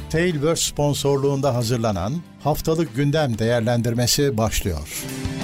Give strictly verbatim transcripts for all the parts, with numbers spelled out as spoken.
Tailverse sponsorluğunda hazırlanan Haftalık Gündem Değerlendirmesi başlıyor.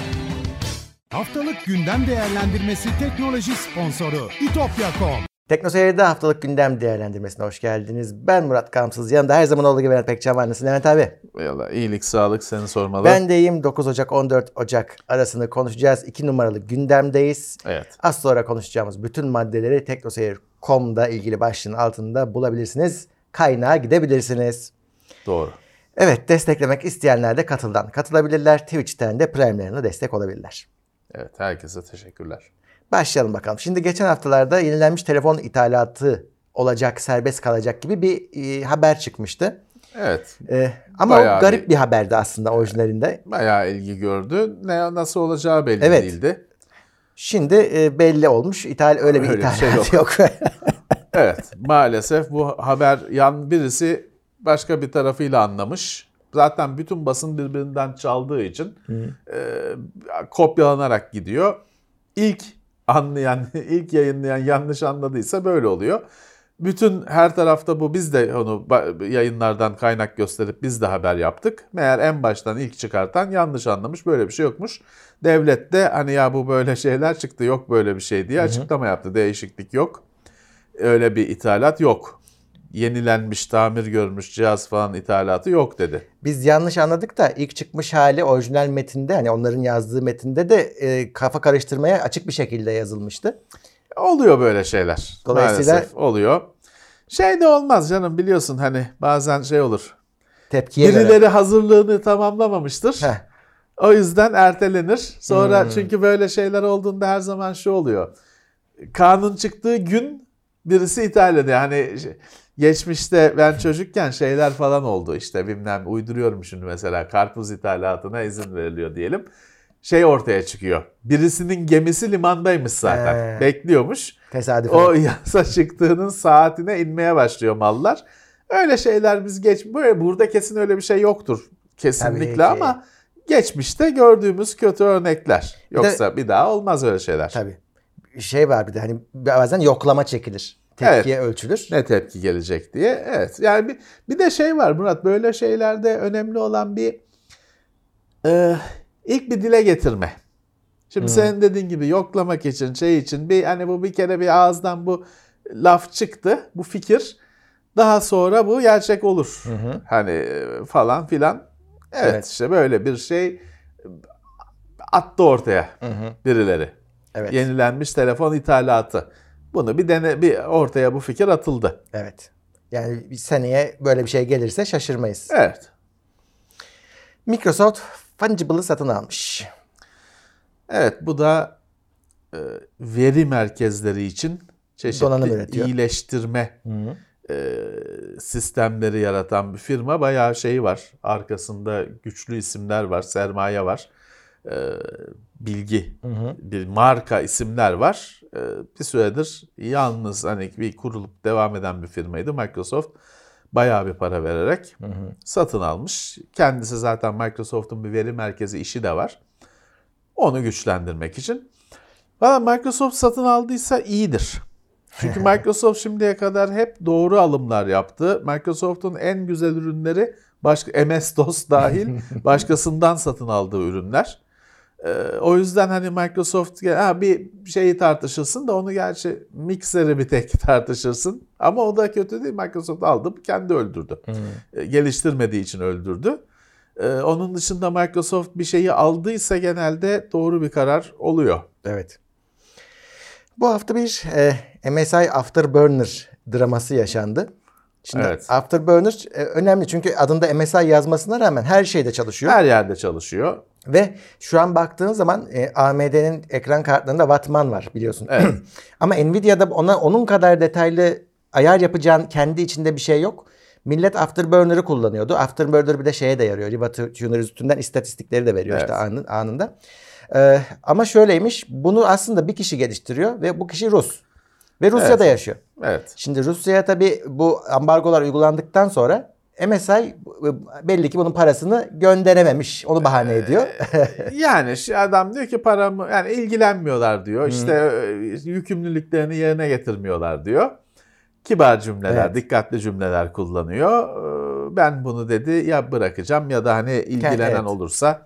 Haftalık Gündem Değerlendirmesi teknoloji sponsoru itopya nokta com. Teknoseyir'de Haftalık Gündem Değerlendirmesi'ne hoş geldiniz. Ben Murat Kamsız. Yanımda her zaman olduğu gibi Levent Pekcan var. Nasılsın Levent abi? Valla iyilik, sağlık, seni sormalı. Ben de iyiyim. dokuz Ocak on dört Ocak arasını konuşacağız. iki numaralı gündemdeyiz. Evet. Az sonra konuşacağımız bütün maddeleri teknoseyir nokta com'da ilgili başlığın altında bulabilirsiniz. Kaynağa gidebilirsiniz. Doğru. Evet, desteklemek isteyenler de katıldan katılabilirler. Twitch'ten de Prime'lerine destek olabilirler. Evet, herkese teşekkürler. Başlayalım bakalım. Şimdi geçen haftalarda yenilenmiş telefon ithalatı olacak, serbest kalacak gibi bir e, haber çıkmıştı. Evet. E, ama Bayağı o garip bir, bir haberdi aslında orijinalinde. Bayağı ilgi gördü. Ne nasıl olacağı belli evet. değildi. Şimdi e, belli olmuş. İthal öyle bir öyle ithalat bir şey yok. yok. Evet, maalesef bu haber yan birisi başka bir tarafıyla anlamış. Zaten bütün basın birbirinden çaldığı için e, kopyalanarak gidiyor. İlk anlayan, ilk yayınlayan yanlış anladıysa böyle oluyor. Bütün her tarafta bu, biz de onu yayınlardan kaynak gösterip biz de haber yaptık. Meğer en baştan ilk çıkartan yanlış anlamış, böyle bir şey yokmuş. Devlet de hani ya bu böyle şeyler çıktı, yok böyle bir şey diye açıklama yaptı. Değişiklik yok. Öyle bir ithalat yok. Yenilenmiş, tamir görmüş cihaz falan ithalatı yok dedi. Biz yanlış anladık da ilk çıkmış hali orijinal metinde, hani onların yazdığı metinde de e, kafa karıştırmaya açık bir şekilde yazılmıştı. Oluyor böyle şeyler. Dolayısıyla maalesef oluyor. Şey de olmaz canım, biliyorsun hani bazen şey olur. Tepkiye Birileri göre. hazırlığını tamamlamamıştır. Heh. O yüzden ertelenir. Sonra Hmm. çünkü böyle şeyler olduğunda her zaman şu oluyor. Kanun çıktığı gün birisi ithal ediyor. Hani geçmişte ben çocukken şeyler falan oldu. İşte bilmem, uyduruyorum şimdi mesela, karpuz ithalatına izin veriliyor diyelim. Şey ortaya çıkıyor. Birisinin gemisi limandaymış zaten. Ee, Bekliyormuş. Tesadüfen. O yasa çıktığının saatine inmeye başlıyor mallar. Öyle şeyler biz geç... Böyle, burada kesin öyle bir şey yoktur. Kesinlikle ama geçmişte gördüğümüz kötü örnekler. Yoksa bir, de, bir daha olmaz öyle şeyler. Tabii. Şey var bir de, hani bazen yoklama çekilir. Tepkiye evet. ölçülür. Ne tepki gelecek diye. Evet. Yani bir, bir de şey var Murat. Böyle şeylerde önemli olan bir e, ilk bir dile getirme. Şimdi hmm. senin dediğin gibi yoklamak için, şey için bir hani bu bir kere bir ağızdan bu laf çıktı. Bu fikir. Daha sonra bu gerçek olur. Hı hı. Hani falan filan. Evet, evet işte böyle bir şey attı ortaya hı hı. birileri. Evet. Yenilenmiş telefon ithalatı. Bunu bir dene, bir ortaya bu fikir atıldı. Evet. Yani bir seneye böyle bir şey gelirse şaşırmayız. Evet. Microsoft Fungible'ı satın almış. Evet, bu da e, veri merkezleri için çeşitli iyileştirme e, sistemleri yaratan bir firma. Bayağı şeyi var. Arkasında güçlü isimler var, sermaye var. E, bilgi, hı hı. bir marka isimler var. E, bir süredir yalnız hani bir kurulup devam eden bir firmaydı. Microsoft bayağı bir para vererek hı hı. satın almış. Kendisi zaten Microsoft'un bir veri merkezi işi de var. Onu güçlendirmek için. Valla Microsoft satın aldıysa iyidir. Çünkü Microsoft şimdiye kadar hep doğru alımlar yaptı. Microsoft'un en güzel ürünleri başka M S-DOS dahil başkasından satın aldığı ürünler. Ee, o yüzden hani Microsoft ha, bir şeyi tartışılsın da onu gerçi mikser'i bir tek tartışırsın. Ama o da kötü değil. Microsoft aldı, kendi öldürdü. Hmm. Ee, geliştirmediği için öldürdü. Ee, onun dışında Microsoft bir şeyi aldıysa genelde doğru bir karar oluyor. Evet. Bu hafta bir e, M S I Afterburner draması yaşandı. Şimdi evet. Afterburner e, önemli çünkü adında M S I yazmasına rağmen her şeyde çalışıyor. Her yerde çalışıyor. Ve şu an baktığın zaman e, A M D'nin ekran kartlarında Wattman var biliyorsun. Evet. Ama Nvidia'da ona onun kadar detaylı ayar yapacağın kendi içinde bir şey yok. Millet Afterburner'ı kullanıyordu. Afterburner bir de şeye de yarıyor. Riva Tuner üstünden istatistikleri de veriyor evet. işte anın, anında. Ee, ama şöyleymiş. Bunu aslında bir kişi geliştiriyor ve bu kişi Rus. Ve Rusya'da evet. yaşıyor. Evet. Şimdi Rusya'ya tabii bu ambargolar uygulandıktan sonra M S I belli ki bunun parasını gönderememiş. Onu bahane ediyor. Yani adam diyor ki paramı, yani ilgilenmiyorlar diyor. İşte yükümlülüklerini yerine getirmiyorlar diyor. Kibar cümleler, evet. dikkatli cümleler kullanıyor. ben bunu dedi ya bırakacağım ya da hani ilgilenen evet. olursa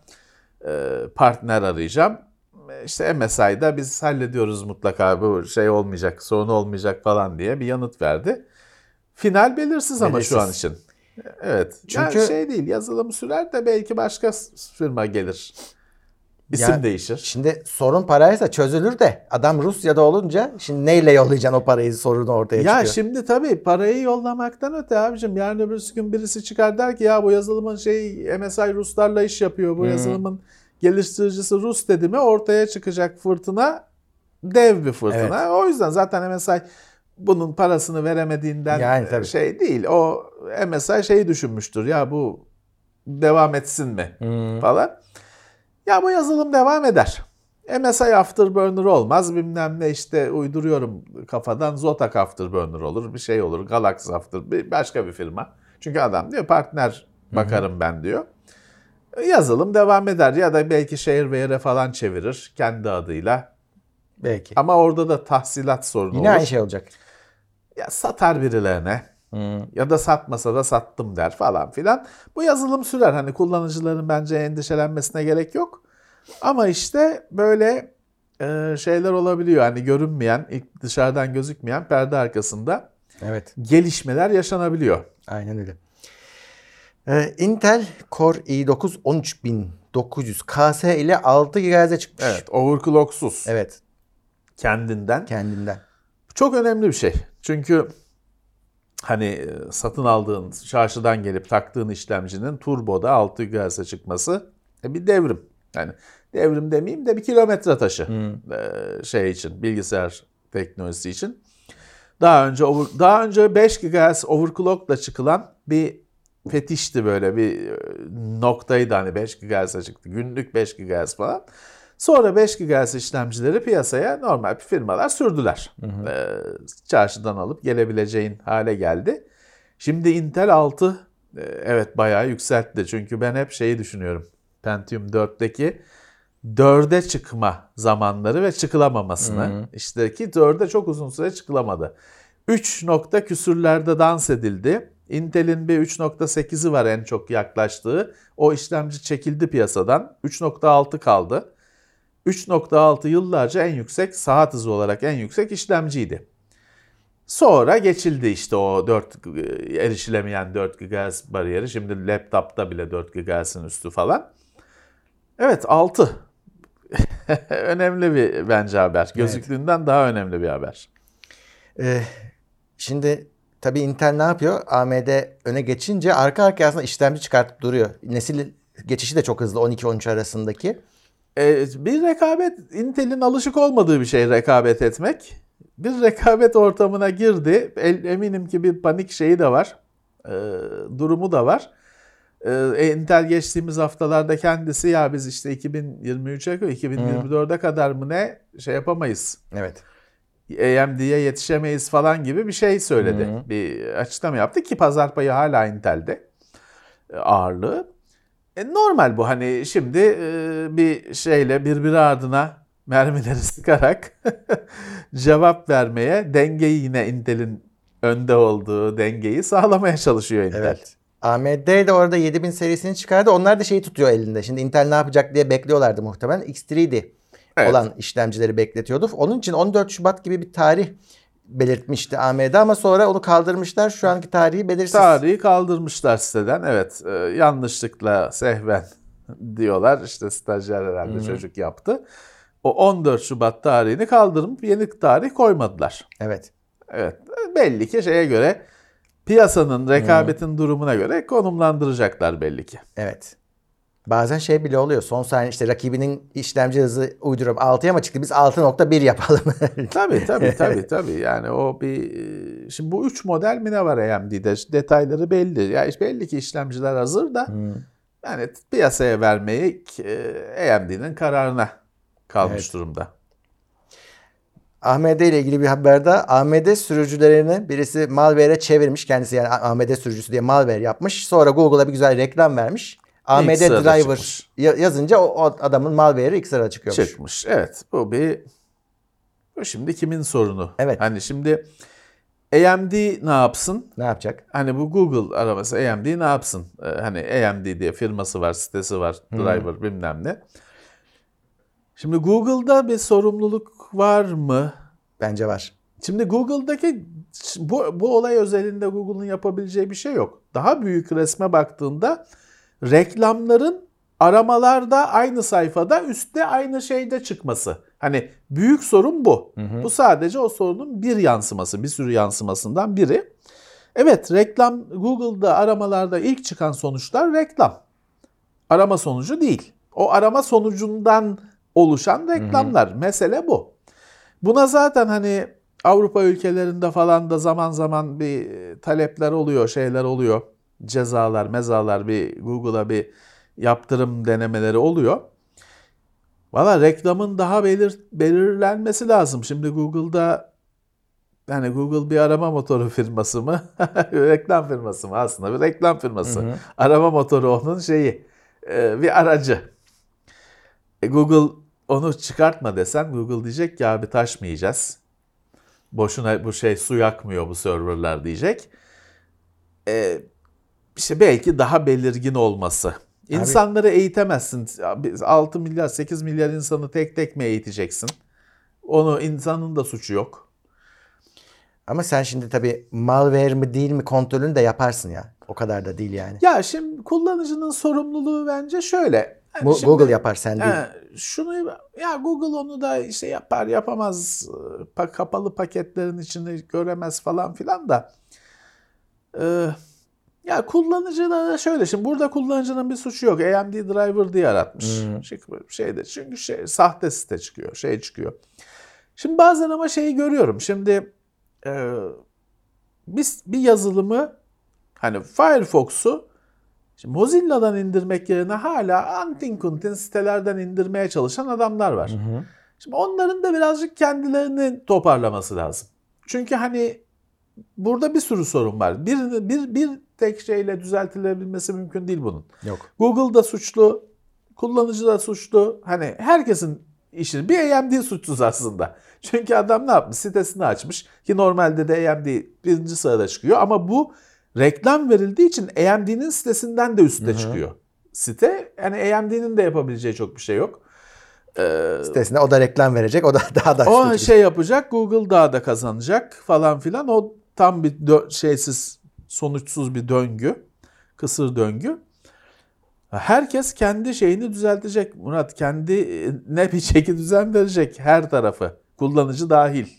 partner arayacağım. İşte M S I'da biz hallediyoruz mutlaka, bu şey olmayacak, sorun olmayacak falan diye bir yanıt verdi. Final belirsiz, belirsiz. Ama şu an için. Evet. Çünkü yani şey değil, yazılım sürer de belki başka firma gelir. İsim ya, değişir. Şimdi sorun paraysa çözülür de adam Rusya'da olunca şimdi neyle yollayacaksın o parayı, sorunu ortaya ya çıkıyor. Ya şimdi tabii parayı yollamaktan öte abicim, yarın öbür gün birisi çıkar der ki ya bu yazılımın şey M S I Ruslarla iş yapıyor, bu hmm. yazılımın geliştiricisi Rus dedi mi ortaya çıkacak fırtına dev bir fırtına. Evet. O yüzden zaten M S I bunun parasını veremediğinden yani, şey değil. O M S I şeyi düşünmüştür ya bu devam etsin mi hmm. falan. Ya bu yazılım devam eder. M S I Afterburner olmaz, bilmem ne işte uyduruyorum kafadan, Zotac Afterburner olur, bir şey olur, Galaxy After, başka bir firma. Çünkü adam diyor partner bakarım hmm. ben diyor. Yazılım devam eder ya da belki Shareware'e falan çevirir kendi adıyla. Belki. Ama orada da tahsilat sorunu Yine olur. Yine aynı şey olacak. Ya satar birilerine hmm. ya da satmasa da sattım der falan filan. Bu yazılım sürer. Hani kullanıcıların bence endişelenmesine gerek yok. Ama işte böyle e, şeyler olabiliyor. Hani görünmeyen, ilk dışarıdan gözükmeyen perde arkasında evet. gelişmeler yaşanabiliyor. Aynen öyle. Ee, Intel Core i dokuz on üç bin dokuz yüz K S ile altı gigahertz'e çıkmış. Evet, overclocksuz. Evet. Kendinden. Kendinden. Çok önemli bir şey. Çünkü hani satın aldığın, çarşıdan gelip taktığın işlemcinin turboda altı gigahertz'e çıkması bir devrim. Yani devrim demeyeyim de bir kilometre taşı hmm. şey için, bilgisayar teknolojisi için. Daha önce daha önce beş gigahertz overclock'la çıkılan bir fetişti, böyle bir noktaydı, hani beş gigahertz'e çıktı. Günlük beş gigahertz falan. Sonra beş gigahertz işlemcileri piyasaya normal firmalar sürdüler. Hı hı. Ee, çarşıdan alıp gelebileceğin hale geldi. Şimdi Intel altı e, evet bayağı yükseltti. Çünkü ben hep şeyi düşünüyorum. Pentium dörtteki dörde çıkma zamanları ve çıkılamamasını. Hı hı. İşte ki dörde çok uzun süre çıkılamadı. üç nokta küsürlerde dans edildi. Intel'in bir üç nokta sekizi var en çok yaklaştığı. O işlemci çekildi piyasadan. üç nokta altı kaldı. üç nokta altı yıllarca en yüksek, saat hızı olarak en yüksek işlemciydi. Sonra geçildi işte o dört erişilemeyen dört gigahertz bariyeri. Şimdi laptopta bile dört gigahertz'in üstü falan. Evet, altı. Önemli bir bence haber. Gözüktüğünden evet. daha önemli bir haber. Ee, şimdi tabii Intel ne yapıyor? A M D öne geçince arka arkaya aslında işlemci çıkartıp duruyor. Nesil geçişi de çok hızlı on iki on üç arasındaki. Ee, bir rekabet, Intel'in alışık olmadığı bir şey rekabet etmek. Bir rekabet ortamına girdi. Eminim ki bir panik şeyi de var. E, durumu da var. E, Intel geçtiğimiz haftalarda kendisi ya biz işte iki bin yirmi üçe iki bin yirmi dörde hmm. kadar mı ne şey yapamayız. Evet. A M D'ye yetişemeyiz falan gibi bir şey söyledi. Hmm. Bir açıklama yaptı ki pazar payı hala Intel'de ağırlığı. E, normal bu, hani şimdi e, bir şeyle birbiri ardına mermileri sıkarak cevap vermeye, dengeyi yine Intel'in önde olduğu dengeyi sağlamaya çalışıyor Intel. Evet. A M D de orada yedi bin serisini çıkardı. Onlar da şeyi tutuyor elinde. Şimdi Intel ne yapacak diye bekliyorlardı muhtemelen. X üç D evet. olan işlemcileri bekletiyordu. Onun için on dört Şubat gibi bir tarih belirtmişti A M D ama sonra onu kaldırmışlar. Şu anki tarihi belirsiz. Tarihi kaldırmışlar siteden. Evet, e, yanlışlıkla sehven diyorlar. İşte stajyer herhalde hmm. çocuk yaptı. O on dört Şubat tarihini kaldırıp yeni tarih koymadılar. Evet. Evet. Belli ki şeye göre, piyasanın, rekabetin hmm. durumuna göre konumlandıracaklar belli ki. Evet. Bazen şey bile oluyor. Son saniye işte rakibinin işlemci hızı uydurup altıya mı çıktı? Biz altı nokta bir yapalım. tabii tabii tabii tabii. Yani o bir, şimdi bu üç model mi ne var A M D'de? Detayları belli. Ya yani belli ki işlemciler hazır da hmm. yani piyasaya vermeyi A M D'nin kararına kalmış evet. durumda. A M D ile ilgili bir haberde A M D sürücülerini birisi malware'e çevirmiş. Kendisi yani A M D sürücüsü diye malware yapmış. Sonra Google'a bir güzel reklam vermiş. A M D Driver çıkmış. Yazınca o, o adamın malware'i ilk sırada çıkıyormuş. Çıkmış. Evet. Bu bir bu şimdi kimin sorunu? Evet. Hani şimdi A M D ne yapsın? Ne yapacak? Hani bu Google araması A M D ne yapsın? Ee, hani A M D diye firması var, sitesi var, driver hmm. bilmem ne. Şimdi Google'da bir sorumluluk var mı? Bence var. Şimdi Google'daki bu, bu olay özelinde Google'ın yapabileceği bir şey yok. Daha büyük resme baktığında reklamların aramalarda aynı sayfada, üstte aynı şeyde çıkması. Hani büyük sorun bu. Hı hı. Bu sadece o sorunun bir yansıması, bir sürü yansımasından biri. Evet, reklam Google'da aramalarda ilk çıkan sonuçlar reklam. Arama sonucu değil. O arama sonucundan oluşan reklamlar. Hı hı. Mesele bu. Buna zaten hani Avrupa ülkelerinde falan da zaman zaman bir talepler oluyor, şeyler oluyor. Cezalar, mezalar, bir Google'a bir yaptırım denemeleri oluyor. Valla reklamın daha belir, belirlenmesi lazım. Şimdi Google'da yani Google bir arama motoru firması mı? Reklam firması mı? Aslında bir reklam firması. Hı hı. Arama motoru onun şeyi, bir aracı. E Google onu çıkartma desen Google diyecek ki abi taşmayacağız. Boşuna bu şey su yakmıyor bu serverlar diyecek. Ee, işte belki daha belirgin olması. İnsanları abi, eğitemezsin. altı milyar sekiz milyar insanı tek tek mi eğiteceksin? Onu insanın da suçu yok. Ama sen şimdi tabii malware mi değil mi kontrolünü de yaparsın ya. O kadar da değil yani. Ya şimdi kullanıcının sorumluluğu bence şöyle. Yani Bu, şimdi, Google yapar sen değil. E, şunu ya Google onu da işte yapar yapamaz pa, kapalı paketlerin içini göremez falan filan da e, ya kullanıcı da şöyle şimdi burada kullanıcının bir suçu yok. A M D driver diye yaratmış. Hmm. Şeyde çünkü şey sahte site çıkıyor, şey çıkıyor. Şimdi bazen ama şeyi görüyorum. Şimdi e, biz bir yazılımı hani Firefox'u şimdi Mozilla'dan indirmek yerine hala antin kuntin sitelerden indirmeye çalışan adamlar var. Hı hı. Şimdi onların da birazcık kendilerini toparlaması lazım. Çünkü hani burada bir sürü sorun var. Bir, bir, bir tek şeyle düzeltilebilmesi mümkün değil bunun. Yok. Google da suçlu, kullanıcı da suçlu. Hani herkesin işi bir A M D suçsuz aslında. Çünkü adam ne yapmış? Sitesini açmış ki normalde de A M D birinci sırada çıkıyor ama bu reklam verildiği için A M D'nin sitesinden de üstte Hı-hı. çıkıyor. Site yani A M D'nin de yapabileceği çok bir şey yok. Ee, Sitesine o da reklam verecek, o da daha da o şey çıkıyor. Yapacak, Google daha da kazanacak falan filan. O tam bir dö- şeysiz, sonuçsuz bir döngü, kısır döngü. Herkes kendi şeyini düzeltecek Murat, kendi ne bir çeki düzen verecek her tarafı, kullanıcı dahil.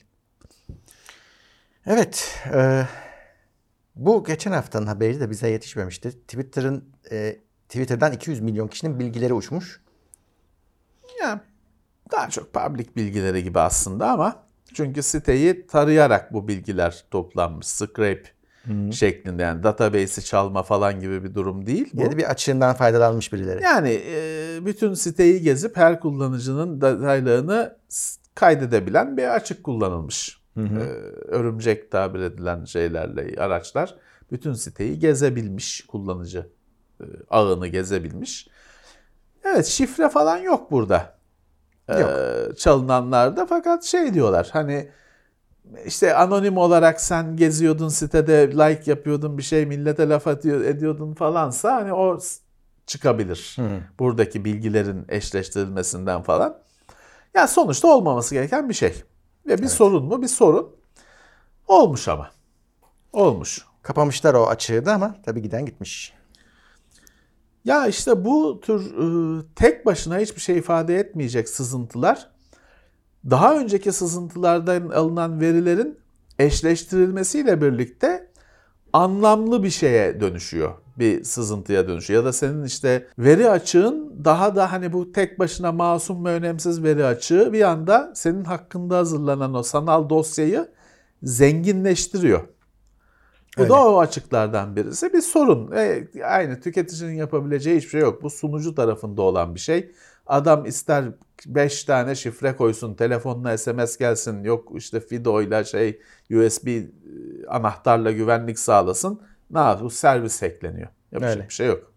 Evet. E, bu geçen haftanın haberi de bize yetişmemişti. Twitter'ın e, Twitter'dan iki yüz milyon kişinin bilgileri uçmuş. Yani daha çok public bilgileri gibi aslında ama çünkü siteyi tarayarak bu bilgiler toplanmış, scrape hmm. şeklinde, yani database'i çalma falan gibi bir durum değil bu. Ya da bir açığından faydalanmış birileri. Yani e, bütün siteyi gezip her kullanıcının detaylarını kaydedebilen bir açık kullanılmış. Hı hı. E, örümcek tabir edilen şeylerle araçlar bütün siteyi gezebilmiş, kullanıcı e, ağını gezebilmiş. Evet, şifre falan yok burada. Yok. E, çalınanlarda, fakat şey diyorlar hani işte anonim olarak sen geziyordun sitede, like yapıyordun, bir şey millete laf ediyordun falansa hani o çıkabilir. Hı. Buradaki bilgilerin eşleştirilmesinden falan. Yani sonuçta olmaması gereken bir şey. Ve bir evet. sorun mu? Bir sorun. Olmuş ama. Olmuş. Kapamışlar o açığı da ama tabii giden gitmiş. Ya işte bu tür ıı, tek başına hiçbir şey ifade etmeyecek sızıntılar, daha önceki sızıntılardan alınan verilerin eşleştirilmesiyle birlikte anlamlı bir şeye dönüşüyor. Bir sızıntıya dönüşüyor. Ya da senin işte veri açığın daha da hani bu tek başına masum ve önemsiz veri açığı bir anda senin hakkında hazırlanan o sanal dosyayı zenginleştiriyor. Bu Öyle. da o açıklardan birisi. Bir sorun. E, aynı tüketicinin yapabileceği hiçbir şey yok. Bu sunucu tarafında olan bir şey. Adam ister beş tane şifre koysun, telefonuna S M S gelsin, yok işte Fido'yla şey U S B anahtarla güvenlik sağlasın. Ne yapıyor? Bu servis hackleniyor. Yapacak Öyle. bir şey yok.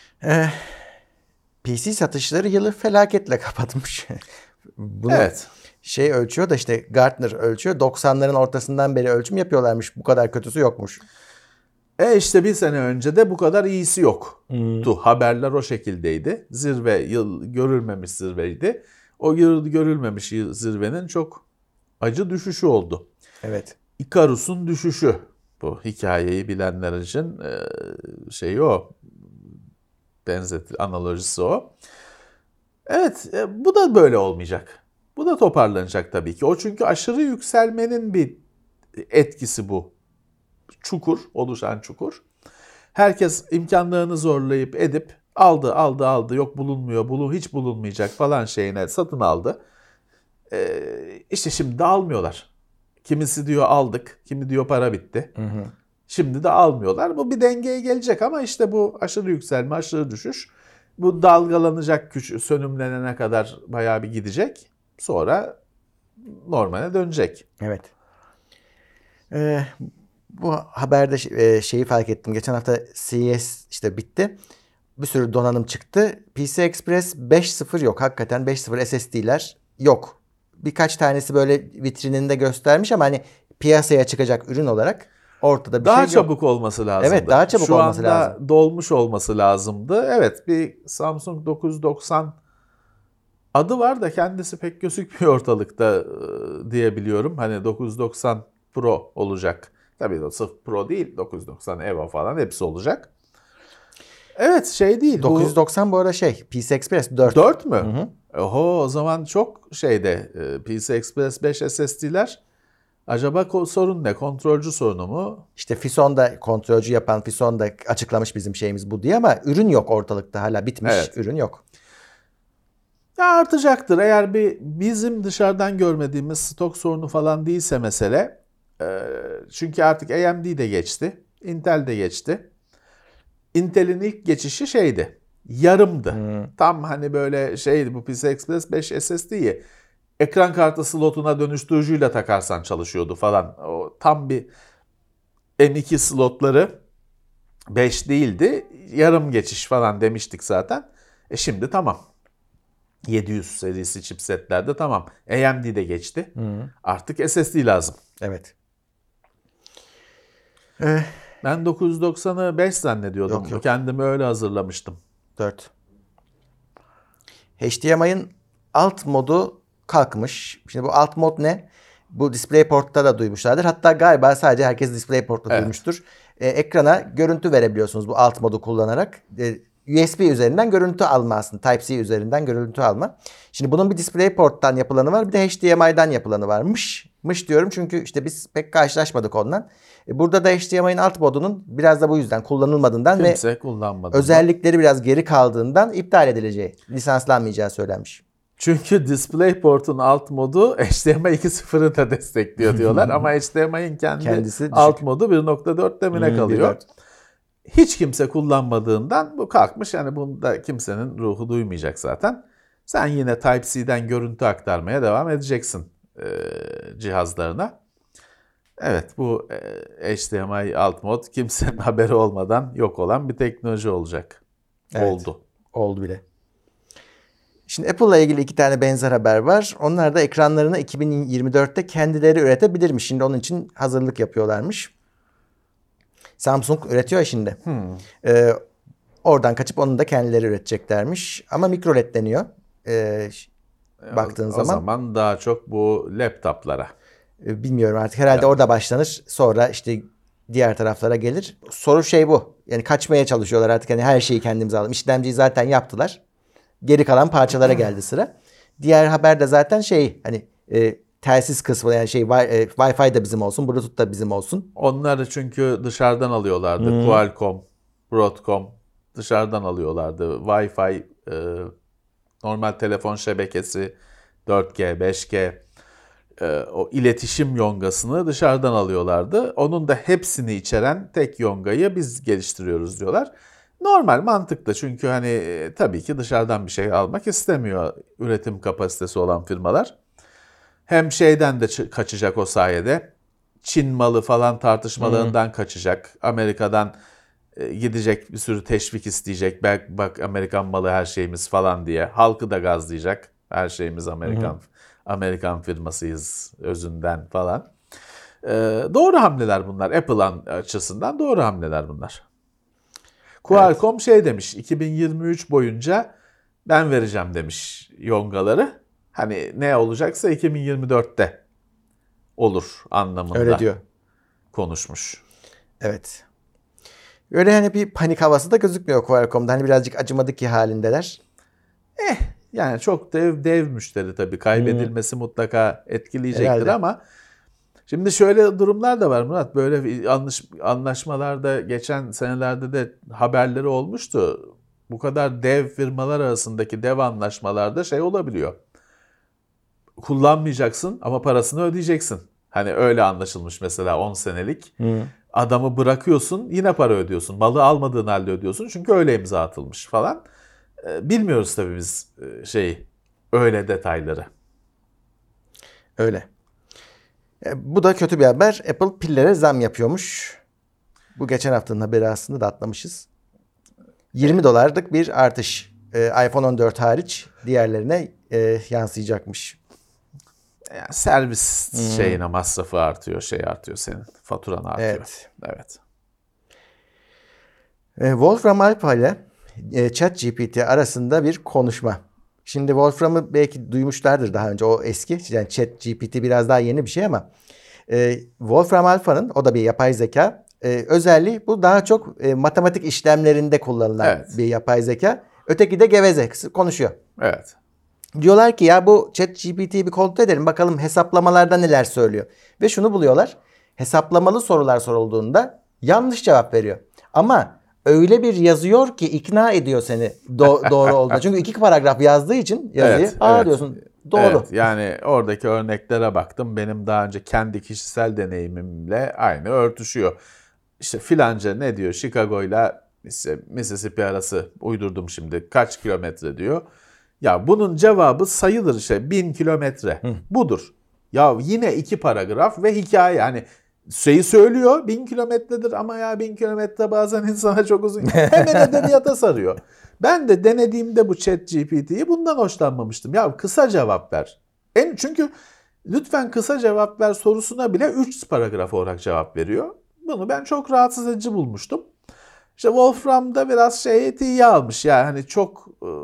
Ee, P C satışları yılı felaketle kapatmış. Bunu evet. Şey ölçüyor da işte Gartner ölçüyor. doksanların ortasından beri ölçüm yapıyorlarmış. Bu kadar kötüsü yokmuş. E işte bir sene önce de bu kadar iyisi yoktu. Hmm. Haberler o şekildeydi. Zirve yıl görülmemiş zirveydi. O görülmemiş zirvenin çok acı düşüşü oldu. Evet. Ikarus'un düşüşü. Bu hikayeyi bilenler için şeyi o. Benzet analojisi o. Evet, bu da böyle olmayacak. Bu da toparlanacak tabii ki. O çünkü aşırı yükselmenin bir etkisi bu. Çukur, oluşan çukur. Herkes imkanlarını zorlayıp edip aldı, aldı, aldı. Yok bulunmuyor, bulun hiç bulunmayacak falan şeyine satın aldı. Ee, işte şimdi de almıyorlar. Kimisi diyor aldık, kimi diyor para bitti. Hı hı. Şimdi de almıyorlar. Bu bir dengeye gelecek ama işte bu aşırı yükselme, aşırı düşüş. Bu dalgalanacak, küçük, sönümlenene kadar bayağı bir gidecek. Sonra normale dönecek. Evet. Ee, bu haberde şeyi fark ettim. Geçen hafta C E S işte bitti. Bir sürü donanım çıktı. P C I Express beş nokta sıfır yok. Hakikaten beş nokta sıfır S S D'ler yok. Birkaç tanesi böyle vitrininde göstermiş ama hani piyasaya çıkacak ürün olarak ortada bir daha şey yok. Daha çabuk olması lazımdı. Evet, daha çabuk Şu olması lazım. Şu anda dolmuş olması lazımdı. Evet, bir Samsung dokuz yüz doksan adı var da kendisi pek gözükmüyor ortalıkta diyebiliyorum. Hani dokuz yüz doksan Pro olacak. Tabii de sırf Pro değil, dokuz yüz doksan Evo falan hepsi olacak. Evet, şey değil. dokuz yüz doksan bu, bu arada şey, P C I Express dört. dört mü? Hı hı. Oho, o zaman çok şeyde P C I Express beş S S D'ler. Acaba sorun ne? Kontrolcü sorunu mu? İşte Fison'da kontrolcü yapan Fison da açıklamış bizim şeyimiz bu diye ama ürün yok ortalıkta, hala bitmiş evet. Ürün yok. Ya artacaktır eğer bir bizim dışarıdan görmediğimiz stok sorunu falan değilse mesele. Çünkü artık A M D de geçti, Intel de geçti. Intel'in ilk geçişi şeydi, yarımdı. Hmm. Tam hani böyle şeydi, bu P C I Express beş S S D'yi ekran kartı slotuna dönüştürücüyle takarsan çalışıyordu falan. O tam bir M iki slotları beş değildi, yarım geçiş falan demiştik zaten. E şimdi tamam. yedi yüz serisi chipsetlerde tamam. A M D de geçti. Hmm. Artık S S D lazım. Evet. Eh. Ben dokuz yüz doksanı beş zannediyordum. Yok, yok. Kendimi öyle hazırlamıştım. dört. H D M I'nin alt modu kalkmış. Şimdi bu alt mod ne? Bu DisplayPort'ta da duymuşlardır. Hatta galiba sadece herkes DisplayPort'ta evet. duymuştur. Ee, ekrana görüntü verebiliyorsunuz bu alt modu kullanarak. Ee, U S B üzerinden görüntü alma aslında. Type-C üzerinden görüntü alma. Şimdi bunun bir DisplayPort'tan yapılanı var. Bir de H D M I'den yapılanı varmış. Mış diyorum çünkü işte biz pek karşılaşmadık ondan. Burada da H D M I'nin alt modunun biraz da bu yüzden kullanılmadığından Kimse ve kullanmadığından. özellikleri biraz geri kaldığından iptal edileceği, lisanslanmayacağı söylenmiş. Çünkü DisplayPort'un alt modu H D M I iki nokta sıfırı da destekliyor diyorlar ama H D M I'nin kendi Kendisi alt düşük. Modu bir nokta dört demine hmm, kalıyor. Hiç kimse kullanmadığından bu kalkmış. Yani bunda kimsenin ruhu duymayacak zaten. Sen yine Type-C'den görüntü aktarmaya devam edeceksin e, cihazlarına. Evet, bu e, H D M I alt mod kimsenin haberi olmadan yok olan bir teknoloji olacak. Evet, oldu. Oldu bile. Şimdi Apple'la ilgili iki tane benzer haber var. Onlar da ekranlarını iki bin yirmi dörtte kendileri üretebilirmiş. Şimdi onun için hazırlık yapıyorlarmış. Samsung üretiyor şimdi. Hmm. Ee, oradan kaçıp onu da kendileri üreteceklermiş. Ama mikro L E D deniyor. Ee, baktığın o, zaman. O zaman daha çok bu laptoplara. Ee, bilmiyorum artık. Herhalde evet. Orada başlanır. Sonra işte diğer taraflara gelir. Soru şey bu. Yani kaçmaya çalışıyorlar artık. Hani her şeyi kendimize alalım. İşlemciyi zaten yaptılar. Geri kalan parçalara geldi sıra. Diğer haber de zaten şey hani e, telsiz kısmı, yani şey e, Wi-Fi da bizim olsun, Bluetooth da bizim olsun. Onları çünkü dışarıdan alıyorlardı. Hmm. Qualcomm, Broadcom dışarıdan alıyorlardı. Wi-Fi, e, normal telefon şebekesi, dört G, beş G, e, o iletişim yongasını dışarıdan alıyorlardı. Onun da hepsini içeren tek yongayı biz geliştiriyoruz diyorlar. Normal, mantıklı çünkü hani e, tabii ki dışarıdan bir şey almak istemiyor üretim kapasitesi olan firmalar. Hem şeyden de ç- kaçacak o sayede. Çin malı falan tartışmalarından hmm. kaçacak. Amerika'dan e, gidecek, bir sürü teşvik isteyecek. Bak, bak Amerikan malı her şeyimiz falan diye. Halkı da gazlayacak. Her şeyimiz Amerikan. Hmm. Amerikan firmasıyız özünden falan. Ee, doğru hamleler bunlar. Apple açısından doğru hamleler bunlar. Qualcomm evet. şey demiş, iki bin yirmi üç boyunca ben vereceğim demiş yongaları. Hani ne olacaksa iki bin yirmi dörtte olur anlamında. Öyle diyor. Konuşmuş. Evet. Öyle hani bir panik havası da gözükmüyor Qualcomm'da. Hani birazcık acımadık ki halindeler. Eh yani çok dev dev müşteri tabii. Kaybedilmesi hmm. mutlaka etkileyecektir herhalde. Ama şimdi şöyle durumlar da var Murat. Böyle yanlış anlaşmalarda geçen senelerde de haberleri olmuştu. Bu kadar dev firmalar arasındaki dev anlaşmalarda şey olabiliyor. Kullanmayacaksın ama parasını ödeyeceksin. Hani öyle anlaşılmış mesela on senelik. Hmm. Adamı bırakıyorsun yine para ödüyorsun. Malı almadığın halde ödüyorsun. Çünkü öyle imza atılmış falan. Bilmiyoruz tabii biz şey öyle detayları. Öyle. Bu da kötü bir haber. Apple pillere zam yapıyormuş. Bu geçen haftanın haberi aslında da atlamışız. yirmi dolarlık bir artış. iPhone on dört hariç diğerlerine yansıyacakmış. Yani servis hmm. şeyine masrafı artıyor, şey artıyor senin. Faturan artıyor. Evet. Evet. Wolfram Alpha ile ChatGPT arasında bir konuşma. Şimdi Wolfram'ı belki duymuşlardır daha önce. O eski. Yani ChatGPT biraz daha yeni bir şey ama e, Wolfram Alpha'nın, o da bir yapay zeka. E, özelliği bu daha çok e, matematik işlemlerinde kullanılan evet. bir yapay zeka. Öteki de geveze, konuşuyor. Evet. Diyorlar ki ya bu ChatGPT'yi bir kontrol edelim. Bakalım hesaplamalarda neler söylüyor. Ve şunu buluyorlar. Hesaplamalı sorular sorulduğunda yanlış cevap veriyor. Ama öyle bir yazıyor ki ikna ediyor seni do- doğru olduğuna. Çünkü iki paragraf yazdığı için yazıyı evet, aa evet. diyorsun doğru. Evet, yani oradaki örneklere baktım. Benim daha önce kendi kişisel deneyimimle aynı örtüşüyor. İşte filanca ne diyor? Chicago'yla Mississippi arası uydurdum şimdi. Kaç kilometre diyor. Ya bunun cevabı sayılır işte bin kilometre. Hı. Budur. Ya yine iki paragraf ve hikaye yani şeyi söylüyor bin kilometredir ama ya bin kilometre bazen insana çok uzun. Hemen edebiyata sarıyor. Ben de denediğimde bu ChatGPT'yi bundan hoşlanmamıştım. Ya kısa cevap ver. En çünkü lütfen kısa cevap ver sorusuna bile üç paragraf olarak cevap veriyor. Bunu ben çok rahatsız edici bulmuştum. İşte Wolfram'da biraz şey tiye almış yani hani çok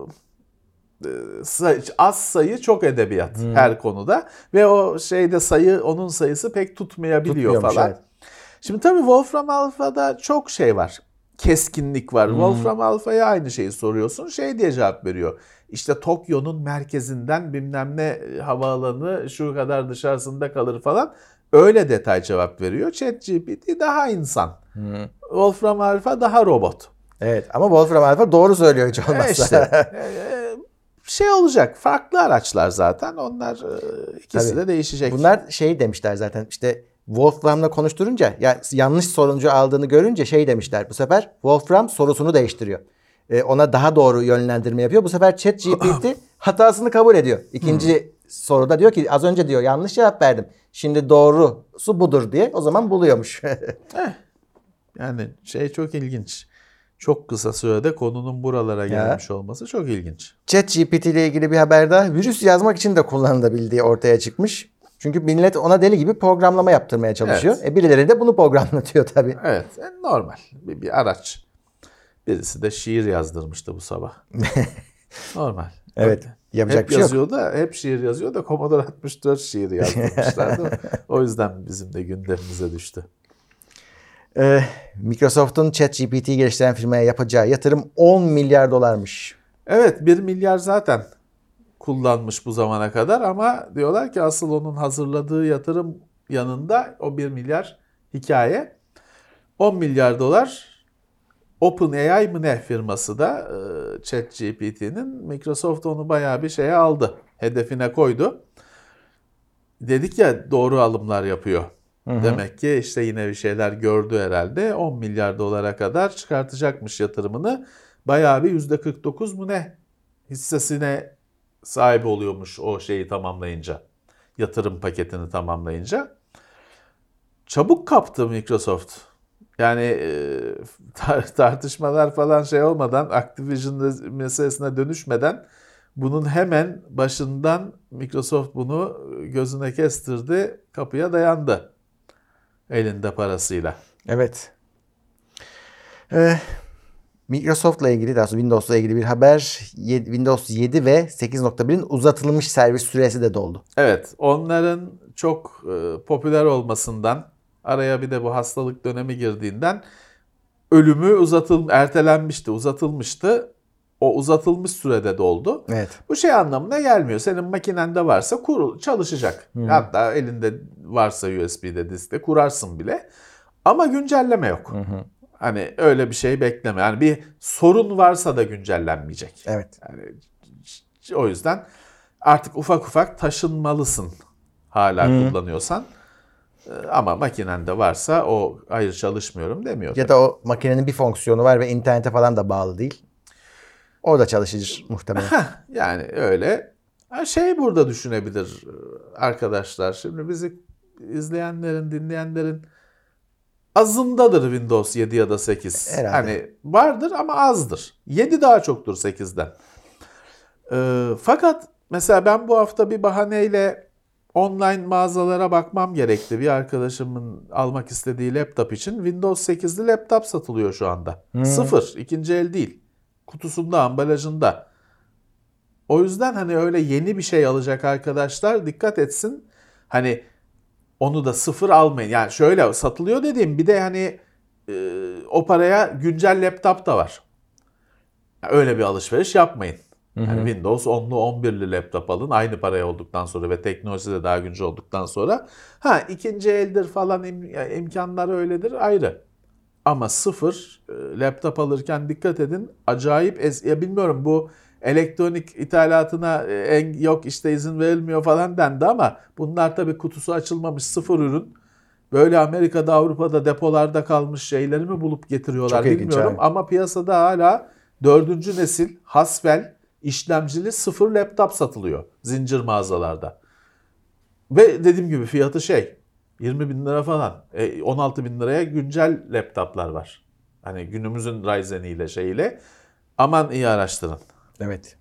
az sayı çok edebiyat hmm. her konuda ve o şeyde sayı onun sayısı pek tutmayabiliyor falan. Evet. Şimdi tabii Wolfram Alpha'da çok şey var. Keskinlik var. Hmm. Wolfram Alpha'ya aynı şeyi soruyorsun. Şey diye cevap veriyor. İşte Tokyo'nun merkezinden bilmem ne havaalanı şu kadar dışarısında kalır falan. Öyle detay cevap veriyor. ChatGPT daha insan. Hmm. Wolfram Alpha daha robot. Evet ama Wolfram Alpha doğru söylüyor hiç olmazsa. İşte şey olacak. Farklı araçlar zaten. Onlar ikisi Tabii. de değişecek. Bunlar şey demişler zaten işte Wolfram'la konuşturunca ya yanlış sonucu aldığını görünce şey demişler. Bu sefer Wolfram sorusunu değiştiriyor. Ee, ona daha doğru yönlendirme yapıyor. Bu sefer ChatGPT hatasını kabul ediyor. İkinci hmm. soruda diyor ki az önce diyor yanlış cevap verdim. Şimdi doğrusu budur diye o zaman buluyormuş. Yani şey çok ilginç. Çok kısa sürede konunun buralara gelmiş ya. olması çok ilginç. ChatGPT ile ilgili bir haber daha. Virüs yazmak için de kullanılabildiği ortaya çıkmış. Çünkü millet ona deli gibi programlama yaptırmaya çalışıyor. Evet. E birileri de bunu programlatıyor tabii. Evet, yani normal bir, bir araç. Birisi de şiir yazdırmıştı bu sabah. Normal. Evet. Öyle. Yapacak hep bir şey yazıyor yok. Da, hep şiir yazıyor da Commodore altmış dört şiiri yazdırmışlardı. O yüzden bizim de gündemimize düştü. Ee, Microsoft'un ChatGPT'yi geliştiren firmaya yapacağı yatırım on milyar dolarmış. Evet, bir milyar zaten kullanmış bu zamana kadar ama diyorlar ki asıl onun hazırladığı yatırım yanında o bir milyar hikaye. on milyar dolar OpenAI mı ne firması da ChatGPT'nin Microsoft onu bayağı bir şeye aldı. Hedefine koydu. Dedik ya doğru alımlar yapıyor. Hı hı. Demek ki işte yine bir şeyler gördü herhalde. on milyar dolara kadar çıkartacakmış yatırımını. Bayağı bir yüzde kırk dokuz mu ne hissesine sahip oluyormuş o şeyi tamamlayınca. Yatırım paketini tamamlayınca. Çabuk kaptı Microsoft. Yani e, tar- tartışmalar falan şey olmadan, Activision meselesine dönüşmeden Bunun hemen başından Microsoft bunu gözüne kestirdi, kapıya dayandı elinde parasıyla. Evet. Ee, Microsoft'la ilgili, daha sonra Windows'la ilgili bir haber. Windows yedi ve sekiz nokta birin uzatılmış servis süresi de doldu. Evet, onların çok e, popüler olmasından, araya bir de bu hastalık dönemi girdiğinden ölümü uzatıl ertelenmişti, uzatılmıştı. O uzatılmış sürede doldu. Evet. Bu şey anlamına gelmiyor. Senin makinende varsa kur, çalışacak. Hmm. Hatta elinde varsa U S B'de diskte kurarsın bile. Ama güncelleme yok. Hı hı. Hani öyle bir şey bekleme. Yani bir sorun varsa da güncellenmeyecek. Evet. Yani o yüzden artık ufak ufak taşınmalısın hala hmm. kullanıyorsan. Ama makinende varsa o hayır çalışmıyorum demiyor. Ya da o makinenin bir fonksiyonu var ve internete falan da bağlı değil. O da çalışır muhtemelen. Yani öyle. Şey burada düşünebilir arkadaşlar. Şimdi bizi izleyenlerin, dinleyenlerin azındadır Windows yedi ya da sekiz. Herhalde. Hani vardır ama azdır. yedi daha çoktur sekizden. Ee, fakat mesela ben bu hafta bir bahaneyle online mağazalara bakmam gerekti. Bir arkadaşımın almak istediği laptop için Windows sekizli laptop satılıyor şu anda. Hmm. Sıfır. İkinci el değil. Kutusunda, ambalajında. O yüzden hani öyle yeni bir şey alacak arkadaşlar dikkat etsin. Hani onu da sıfır almayın. Yani şöyle satılıyor dediğim bir de hani e, o paraya güncel laptop da var. Yani öyle bir alışveriş yapmayın. Yani hı hı. Windows onlu on birli laptop alın aynı paraya olduktan sonra ve teknolojisi de daha güncel olduktan sonra. Ha ikinci eldir falan im- imkanları öyledir ayrı. Ama sıfır e, laptop alırken dikkat edin. Acayip es- ya bilmiyorum bu elektronik ithalatına e, en, yok işte izin verilmiyor falan dendi ama bunlar tabii kutusu açılmamış sıfır ürün. Böyle Amerika'da Avrupa'da depolarda kalmış şeyleri mi bulup getiriyorlar çok bilmiyorum. ilginç, ama piyasada hala dördüncü nesil Haswell işlemcili sıfır laptop satılıyor zincir mağazalarda. Ve dediğim gibi fiyatı şey yirmi bin lira falan. on altı bin liraya güncel laptoplar var. Hani günümüzün Ryzen'iyle şeyiyle. Aman iyi araştırın. Evet.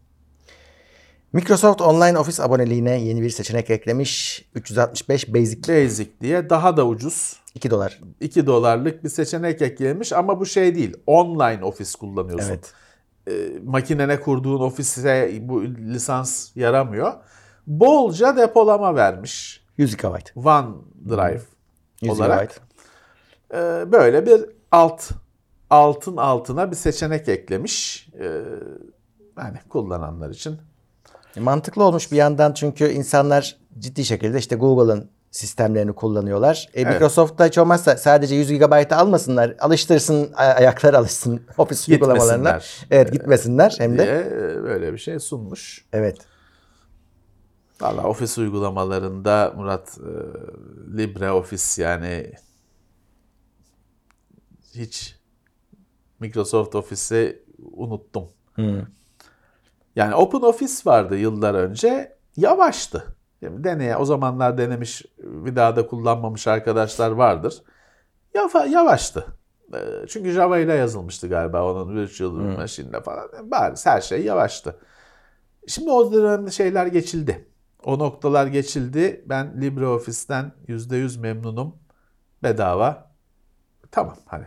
Microsoft Online Office aboneliğine yeni bir seçenek eklemiş. üç yüz altmış beş Basic. Basic diye daha da ucuz. iki dolar. iki dolarlık bir seçenek eklemiş ama bu şey değil. Online Office kullanıyorsun. Evet. E, makinene kurduğun ofise bu lisans yaramıyor. Bolca depolama vermiş. yüz gigabayt. OneDrive yüz olarak. E, böyle bir alt altın altına bir seçenek eklemiş. E, yani kullananlar için. Mantıklı olmuş bir yandan çünkü insanlar ciddi şekilde işte Google'ın sistemlerini kullanıyorlar. E, evet. Microsoft'ta hiç olmazsa sadece yüz gigabaytı almasınlar. Alıştırsın, ayakları alışsın Office uygulamalarına. Evet gitmesinler hem de. Böyle bir şey sunmuş. Evet. Valla Office uygulamalarında Murat e, LibreOffice yani hiç Microsoft Office'i unuttum. Hmm. Yani OpenOffice vardı yıllar önce. Yavaştı. Yani deneye, o zamanlar denemiş, bir daha da kullanmamış arkadaşlar vardır. Yava, yavaştı. Çünkü Java ile yazılmıştı galiba onun Virtual hmm. Machine'le falan. Bari her şey yavaştı. Şimdi o dönemde şeyler geçildi. O noktalar geçildi. Ben LibreOffice'ten yüzde yüz memnunum. Bedava. Tamam hani.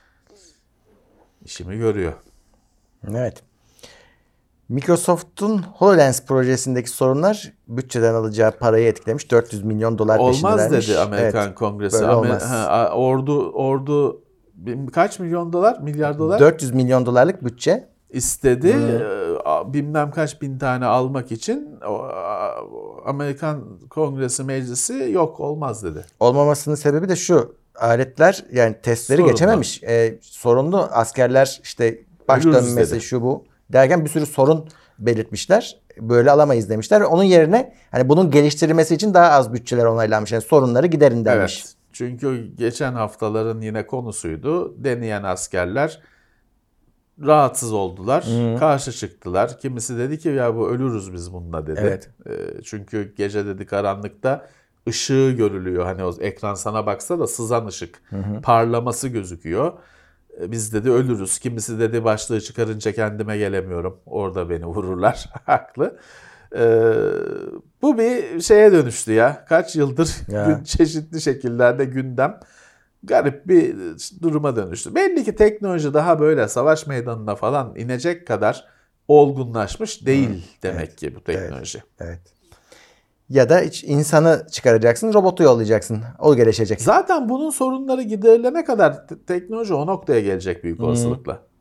İşimi görüyor. Evet. Microsoft'un HoloLens projesindeki sorunlar bütçeden alacağı parayı etkilemiş. dört yüz milyon dolar peşin vermiş. Olmaz dedi Amerikan evet, Kongresi. Amer- ha, ordu ordu kaç milyon dolar? Milyar dolar? dört yüz milyon dolarlık bütçe istedi. Hmm. Bilmem kaç bin tane almak için Amerikan Kongresi Meclisi yok olmaz dedi. Olmamasının sebebi de şu. Aletler yani testleri sorunlu. geçememiş. Ee, sorunlu askerler işte baş Ölürüz dönmesi dedi. Şu bu derken bir sürü sorun belirtmişler. Böyle alamayız demişler. Onun yerine hani bunun geliştirilmesi için daha az bütçeler onaylanmış. Yani sorunları giderin denmiş. Evet. Çünkü geçen haftaların yine konusuydu. Deneyen askerler rahatsız oldular. Hmm. Karşı çıktılar. Kimisi dedi ki ya bu ölürüz biz bununla dedi. Evet. Çünkü gece dedi karanlıkta ışığı görülüyor. Hani o ekran sana baksa da sızan ışık. Hı hı. Parlaması gözüküyor. Biz dedi ölürüz. Kimisi dedi başlığı çıkarınca kendime gelemiyorum. Orada beni vururlar. Haklı. Ee, bu bir şeye dönüştü ya. Kaç yıldır ya. Gün, çeşitli şekillerde gündem garip bir duruma dönüştü. Belli ki teknoloji daha böyle savaş meydanına falan inecek kadar olgunlaşmış değil hmm. demek evet. ki bu teknoloji. Evet. evet. Ya da hiç insanı çıkaracaksın, robotu yollayacaksın. O gelişecek. Zaten bunun sorunları giderilene kadar te- teknoloji o noktaya gelecek büyük olasılıkla. Hmm.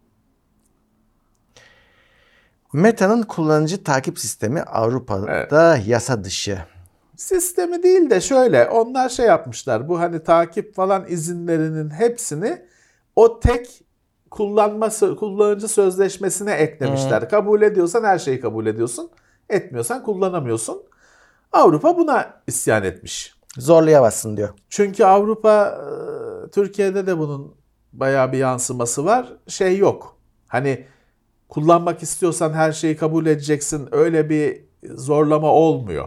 Meta'nın kullanıcı takip sistemi Avrupa'da evet. yasa dışı. Sistemi değil de şöyle, onlar şey yapmışlar. Bu hani takip falan izinlerinin hepsini o tek kullanması kullanıcı sözleşmesine eklemişler. Hmm. Kabul ediyorsan her şeyi kabul ediyorsun. Etmiyorsan kullanamıyorsun. Avrupa buna isyan etmiş. Zorlayamazsın diyor. Çünkü Avrupa, Türkiye'de de bunun bayağı bir yansıması var. Şey yok. Hani kullanmak istiyorsan her şeyi kabul edeceksin. Öyle bir zorlama olmuyor.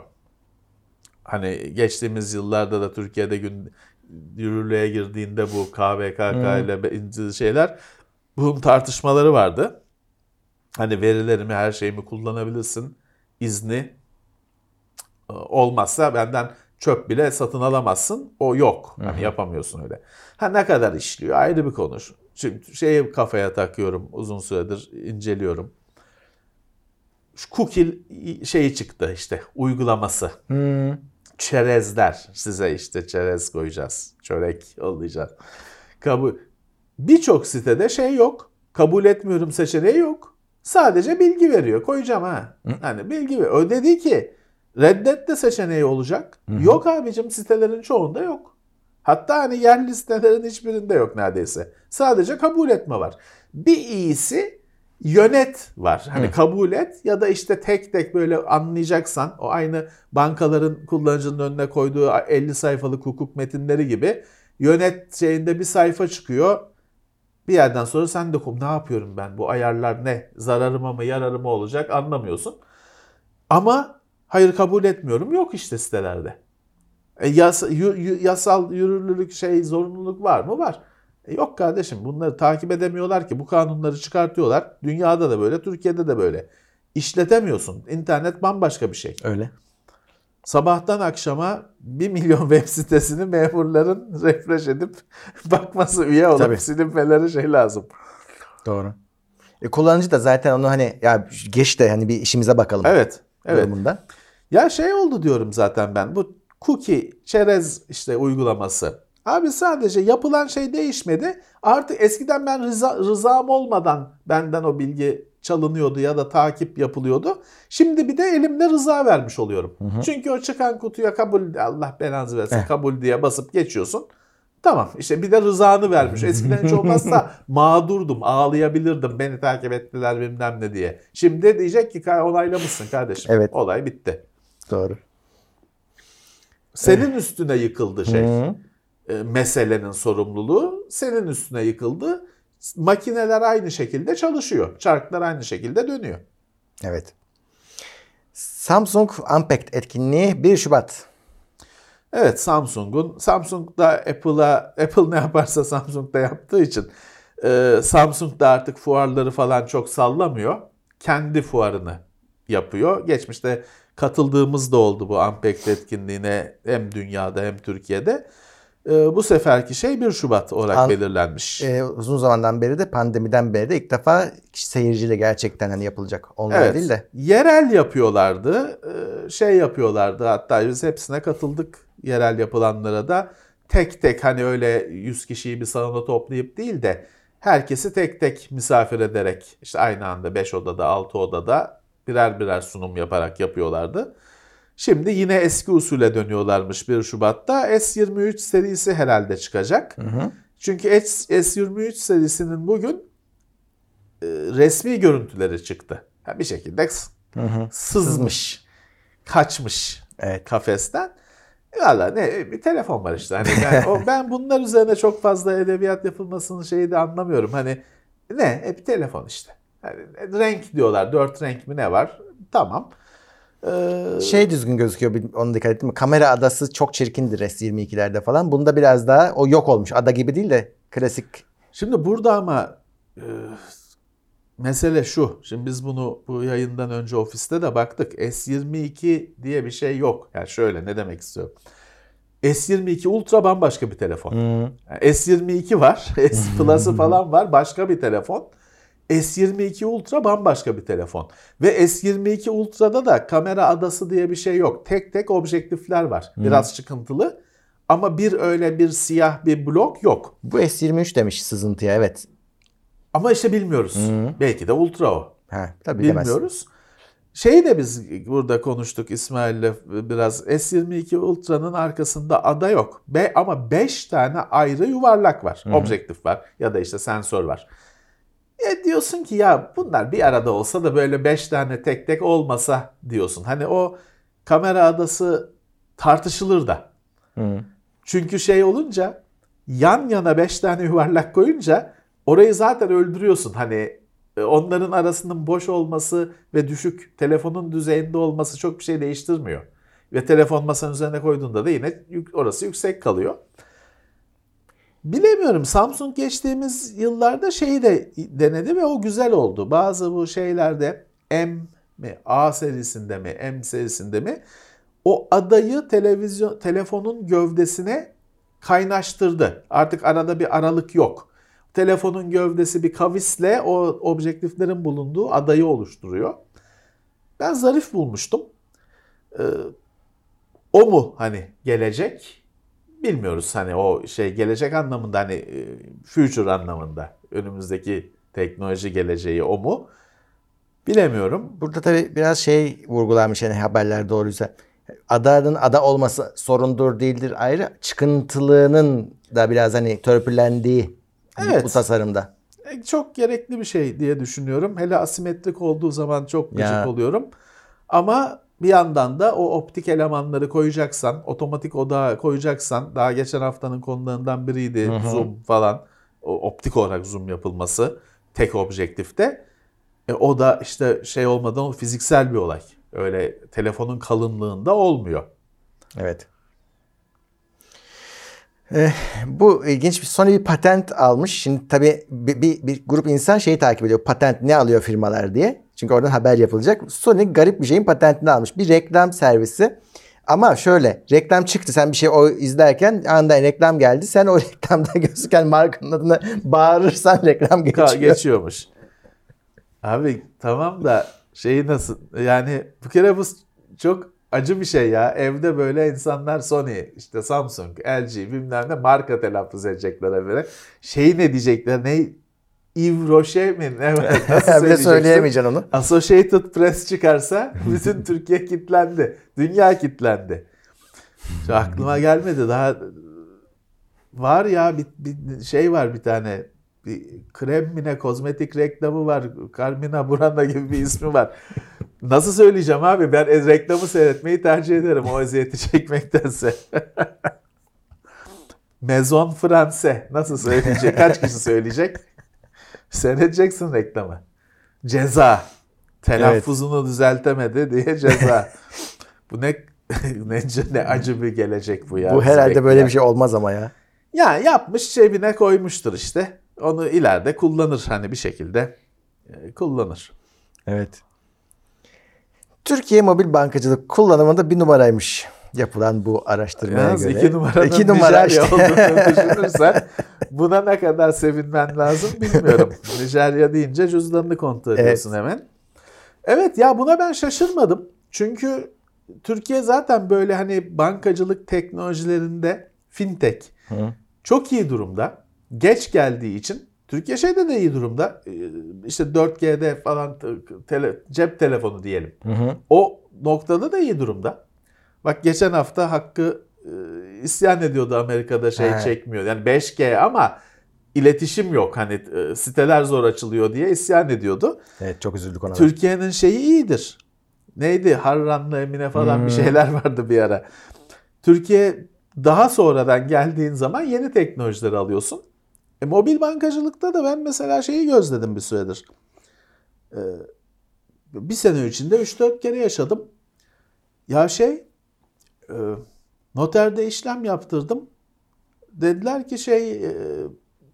Hani geçtiğimiz yıllarda da Türkiye'de gün yürürlüğe girdiğinde bu K V K K hmm. ile ilgili şeyler, bunun tartışmaları vardı. Hani verilerimi, her şeyimi kullanabilirsin. İzni olmazsa benden çöp bile satın alamazsın. O yok. Hani hmm. yapamıyorsun öyle. Ha ne kadar işliyor ayrı bir konu. Şimdi şeyi kafaya takıyorum, uzun süredir inceliyorum. Şu cookie şeyi çıktı işte, uygulaması. Hmm. Çerezler. Size işte çerez koyacağız. Çörek yollayacağız. Kabul. Birçok sitede şey yok. Kabul etmiyorum seçeneği yok. Sadece bilgi veriyor. Koyacağım ha. Hı. Hani bilgi veriyor. O dedi ki reddet de seçeneği olacak. Hı. Yok abicim, sitelerin çoğunda yok. Hatta hani yerli sitelerin hiçbirinde yok neredeyse. Sadece kabul etme var. Bir iyisi yönet var. Hani Hı. kabul et ya da işte tek tek böyle anlayacaksan, o aynı bankaların kullanıcının önüne koyduğu elli sayfalık hukuk metinleri gibi yönet şeyinde bir sayfa çıkıyor. Bir yerden sonra sen de ne yapıyorum ben? Bu ayarlar ne? Zararıma mı yararıma olacak anlamıyorsun. Ama hayır kabul etmiyorum yok işte sitelerde. E, yas, y, yasal yürürlülük şey zorunluluk var mı? Var. E, yok kardeşim, bunları takip edemiyorlar ki. Bu kanunları çıkartıyorlar. Dünyada da böyle, Türkiye'de de böyle. İşletemiyorsun. İnternet bambaşka bir şey. Öyle. Sabahtan akşama bir milyon web sitesini memurların refresh edip bakması, üye olup Tabii. silinmeleri şey lazım. Doğru. E, kullanıcı da zaten onu hani ya geç de hani bir işimize bakalım. Evet. Evet. Durumunda. Ya şey oldu diyorum zaten ben. Bu cookie çerez işte uygulaması. Abi sadece yapılan şey değişmedi. Artık eskiden ben rıza, rızam olmadan benden o bilgi çalınıyordu ya da takip yapılıyordu. Şimdi bir de elimde rıza vermiş oluyorum. Hı hı. Çünkü o çıkan kutuya kabul, Allah belanızı versin, eh. kabul diye basıp geçiyorsun. Tamam işte bir de rızanı vermiş. Eskiden hiç olmazsa mağdurdum, ağlayabilirdim. Beni takip ettiler bilmem ne diye. Şimdi diyecek ki onaylamışsın kardeşim. Evet. Olay bitti. Doğru. Senin üstüne yıkıldı şey. Hı. Meselenin sorumluluğu senin üstüne yıkıldı. Makineler aynı şekilde çalışıyor. Çarklar aynı şekilde dönüyor. Evet. Samsung Unpacked etkinliği bir Şubat. Evet, Samsung'un. Samsung da Apple'a, Apple ne yaparsa Samsung da yaptığı için e, Samsung da artık fuarları falan çok sallamıyor. Kendi fuarını yapıyor. Geçmişte katıldığımız da oldu bu Unpacked etkinliğine, hem dünyada hem Türkiye'de. E, bu seferki şey bir Şubat olarak An, belirlenmiş. E, uzun zamandan beri de, pandemiden beri de ilk defa seyirciyle gerçekten hani yapılacak. Online evet, değil de. Yerel yapıyorlardı. E, şey yapıyorlardı. Hatta biz hepsine katıldık, yerel yapılanlara da. Tek tek hani öyle yüz kişiyi bir salona toplayıp değil de herkesi tek tek misafir ederek işte aynı anda beş odada, altı odada birer birer sunum yaparak yapıyorlardı. Şimdi yine eski usule dönüyorlarmış bir Şubat'ta. S yirmi üç serisi herhalde çıkacak. Hı hı. Çünkü S yirmi üç serisinin bugün e, resmi görüntüleri çıktı. Yani bir şekilde hı hı. sızmış, kaçmış evet. kafesten. Valla ne bir telefon var işte. Hani ben, o, ben bunlar üzerine çok fazla edebiyat yapılmasının şeyi de anlamıyorum. Hani ne? E, bir telefon işte. Yani, renk diyorlar. Dört renk mi ne var? Tamam. Ee, şey düzgün gözüküyor, onu dikkat ettim mi? Kamera adası çok çirkindir S yirmi ikilerde falan. Bunda biraz daha o yok olmuş. Ada gibi değil de klasik Şimdi burada ama e, mesele şu. Şimdi biz bunu bu yayından önce ofiste de baktık. S yirmi iki diye bir şey yok. Yani şöyle, ne demek istiyorum? S yirmi iki Ultra bambaşka bir telefon. Hmm. Yani S yirmi iki var. S Plus'ı falan var. Başka bir telefon. S yirmi iki Ultra bambaşka bir telefon. Ve S yirmi iki Ultra'da da kamera adası diye bir şey yok. Tek tek objektifler var. Hmm. Biraz çıkıntılı. Ama bir öyle bir siyah bir blok yok. Bu S yirmi üç demiş sızıntıya, evet. Ama işte bilmiyoruz. Hmm. Belki de Ultra o. Ha, tabii bilmiyoruz. Demez. Şeyi de biz burada konuştuk İsmail'le biraz. S yirmi iki Ultra'nın arkasında ada yok. Be ama beş tane ayrı yuvarlak var. Hı-hı. Objektif var ya da işte sensör var. E diyorsun ki ya bunlar bir arada olsa da böyle beş tane tek tek olmasa diyorsun. Hani o kamera adası tartışılır da. Hı. Çünkü şey olunca, yan yana beş tane yuvarlak koyunca orayı zaten öldürüyorsun. Hani onların arasının boş olması ve düşük telefonun düzeyinde olması çok bir şey değiştirmiyor. Ve telefon masanın üzerine koyduğunda da yine orası yüksek kalıyor. Bilemiyorum, Samsung geçtiğimiz yıllarda şeyi de denedi ve o güzel oldu. Bazı bu şeylerde M mi, A serisinde mi, M serisinde mi o adayı televizyon telefonun gövdesine kaynaştırdı. Artık arada bir aralık yok. Telefonun gövdesi bir kavisle o objektiflerin bulunduğu adayı oluşturuyor. Ben zarif bulmuştum. Ee, o mu hani gelecek? Bilmiyoruz, hani o şey gelecek anlamında, hani future anlamında önümüzdeki teknoloji geleceği o mu? Bilemiyorum. Burada tabii biraz şey vurgulanmış yani haberler doğruysa. Adanın ada olması sorundur değildir ayrı. Çıkıntılığının da biraz hani törpülendiği, evet, bu tasarımda. Çok gerekli bir şey diye düşünüyorum. Hele asimetrik olduğu zaman çok gıcık ya. oluyorum. Ama bir yandan da o optik elemanları koyacaksan, otomatik odağı koyacaksan, daha geçen haftanın konularından biriydi, hı hı, zoom falan. O optik olarak zoom yapılması tek objektifte. E, o da işte şey olmadan fiziksel bir olay. Öyle telefonun kalınlığında olmuyor. Evet. Ee, bu ilginç bir Sony bir patent almış. Şimdi tabii bir, bir, bir grup insan şeyi takip ediyor. Patent ne alıyor firmalar diye. Çünkü oradan haber yapılacak. Sony garip bir şeyin patentini almış. Bir reklam servisi. Ama şöyle, reklam çıktı. Sen bir şey o izlerken anında reklam geldi. Sen o reklamda gözüken markanın adını bağırırsan reklam geçiyor. Geçiyormuş. Abi tamam da şeyi nasıl, yani bir kere bu çok acı bir şey ya. Evde böyle insanlar Sony, işte Samsung, L G bilmem ne marka telaffuz edecekler böyle. Şeyi ne diyecekler, ne? Yves Rocher mi? Ne? Nasıl bile söyleyemeyeceksin onu. Associated Press çıkarsa bütün Türkiye kilitlendi. Dünya kilitlendi. Şu aklıma gelmedi. Daha var ya bir, bir şey var bir tane. Bir krem mi ne, kozmetik reklamı var. Carmina Burana gibi bir ismi var. Nasıl söyleyeceğim abi? Ben reklamı seyretmeyi tercih ederim o eziyeti çekmektense. Maison France. Nasıl söyleyecek? Kaç kişi söyleyecek? Seyredeceksin reklamı. Ceza. Telaffuzunu evet. düzeltemedi diye ceza. Bu ne, ne ne acı bir gelecek bu ya. Bu herhalde bekleyen. Böyle bir şey olmaz ama ya. Ya yapmış, cebine koymuştur işte. Onu ileride kullanır, hani bir şekilde kullanır. Evet. Türkiye mobil bankacılık kullanımında bir numaraymış yapılan bu araştırmaya Yalnız göre. iki numaranın iki numara Nijerya işte. olduğunu düşünürsen buna ne kadar sevinmen lazım bilmiyorum. Nijerya deyince cüzdanını kontrol ediyorsun evet. hemen. Evet ya, buna ben şaşırmadım. Çünkü Türkiye zaten böyle hani bankacılık teknolojilerinde fintech Hı. çok iyi durumda. Geç geldiği için Türkiye şeyde de iyi durumda. İşte dört G'de falan tele, cep telefonu diyelim. Hı hı. O noktada da iyi durumda. Bak geçen hafta Hakkı e, isyan ediyordu, Amerika'da şey He. çekmiyor. Yani beş G ama iletişim yok. Hani e, siteler zor açılıyor diye isyan ediyordu. Evet, çok üzüldük ona. Türkiye'nin şeyi iyidir. Neydi? Harranlı Emine falan hmm. bir şeyler vardı bir ara. Türkiye daha sonradan geldiğin zaman yeni teknolojileri alıyorsun. E, mobil bankacılıkta da ben mesela şeyi gözledim bir süredir. E, bir sene içinde üç dört kere yaşadım. Ya şey, e, noterde işlem yaptırdım. Dediler ki şey, e,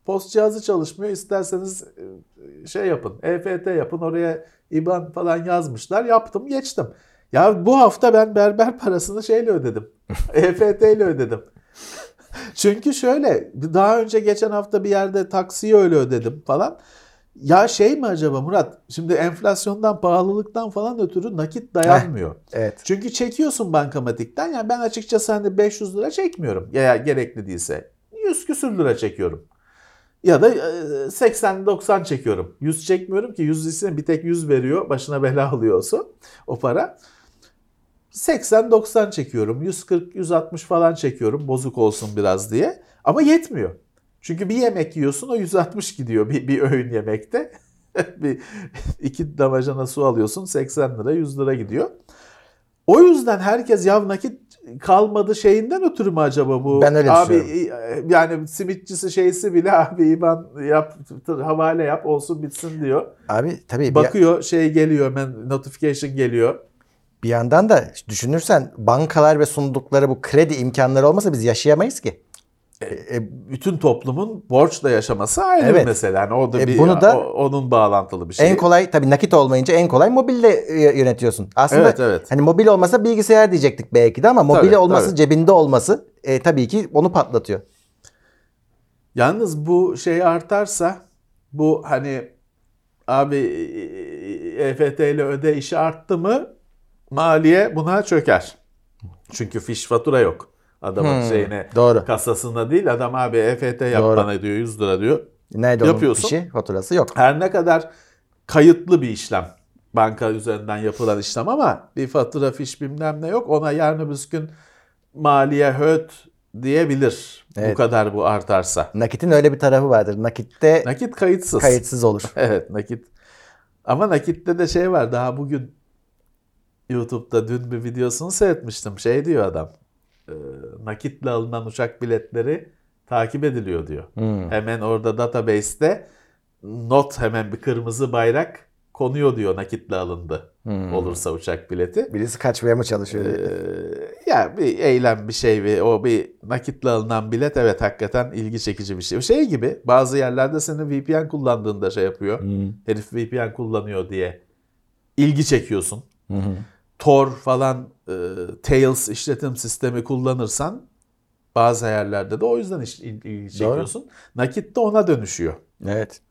Post cihazı çalışmıyor. İsterseniz şey yapın. E F T yapın. Oraya İ B A N falan yazmışlar. Yaptım, geçtim. Ya bu hafta ben berber parasını şeyle ödedim. E F T ile ödedim. Çünkü şöyle, daha önce geçen hafta bir yerde taksiyi öyle ödedim falan. Ya şey mi acaba Murat? Şimdi enflasyondan, pahalılıktan falan ötürü nakit dayanmıyor. Heh, evet. Çünkü çekiyorsun bankamatikten. Yani ben açıkçası hani beş yüz lira çekmiyorum. Ya gerekli değilse. yüz küsür lira çekiyorum. Ya da seksen doksan çekiyorum. yüz çekmiyorum ki yüz ise bir tek yüz veriyor. Başına bela alıyorsa o para. seksen doksan çekiyorum. yüz kırk yüz altmış falan çekiyorum. Bozuk olsun biraz diye. Ama yetmiyor. Çünkü bir yemek yiyorsun, o yüz altmış gidiyor bir, bir öğün yemekte. bir iki damacana su alıyorsun, seksen lira yüz lira gidiyor. O yüzden herkes ya nakit kalmadı şeyinden ötürü mü acaba bu? Ben öyle abi düşünüyorum. Yani simitçisi şeysi bile abi İ B A N yap, havale yap olsun bitsin diyor. Abi tabii. Bakıyor bir... şey geliyor, hemen notification geliyor. Bir yandan da düşünürsen bankalar ve sundukları bu kredi imkanları olmasa biz yaşayamayız ki. E, bütün toplumun borçla yaşaması ayrı evet. mesela. Yani o da e, bir bunu da o, onun bağlantılı bir şey. En kolay tabii nakit olmayınca en kolay mobille yönetiyorsun. Aslında evet, evet. hani mobil olmasa bilgisayar diyecektik belki de ama mobil tabii, olması tabii. cebinde olması e, tabii ki onu patlatıyor. Yalnız bu şey artarsa bu hani abi E F T ile öde işi arttı mı maliye buna çöker. Çünkü fiş fatura yok. Adamın hmm, şeyine doğru. kasasında değil. Adam abi E F T yap doğru. bana diyor yüz lira diyor. Nerede yapıyorsun? Onun fişi, faturası yok. Her ne kadar kayıtlı bir işlem. Banka üzerinden yapılan işlem ama bir fatura fiş bilmem ne yok. Ona yarın öbür gün maliye höt diyebilir. Evet. Bu kadar bu artarsa. Nakitin öyle bir tarafı vardır. Nakitte nakit kayıtsız. Kayıtsız olur. Evet nakit. Ama nakitte de şey var. Daha bugün YouTube'da dün bir videosunu seyretmiştim. Şey diyor adam. E, nakitle alınan uçak biletleri takip ediliyor diyor. Hmm. Hemen orada database'te not hemen bir kırmızı bayrak konuyor diyor nakitle alındı. Hmm. Olursa uçak bileti. Birisi kaçmaya mı çalışıyor? Ee, ya bir eylem bir şey bir o bir nakitle alınan bilet evet hakikaten ilgi çekici bir şey. Şey gibi bazı yerlerde senin V P N kullandığında şey yapıyor. Hmm. Herif V P N kullanıyor diye ilgi çekiyorsun. Hmm. Tor falan e, Tails işletim sistemi kullanırsan bazı yerlerde de o yüzden ilgi çekiyorsun. Doğru. Nakit de ona dönüşüyor. Evet.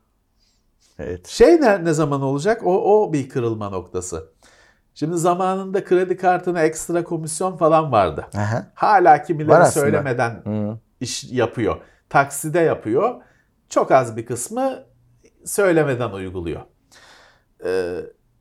Evet. Şey ne, ne zaman olacak? O, o bir kırılma noktası. Şimdi zamanında kredi kartına ekstra komisyon falan vardı. Aha. Hala kimileri söylemeden Hı. iş yapıyor. Takside yapıyor. Çok az bir kısmı söylemeden uyguluyor. Ee,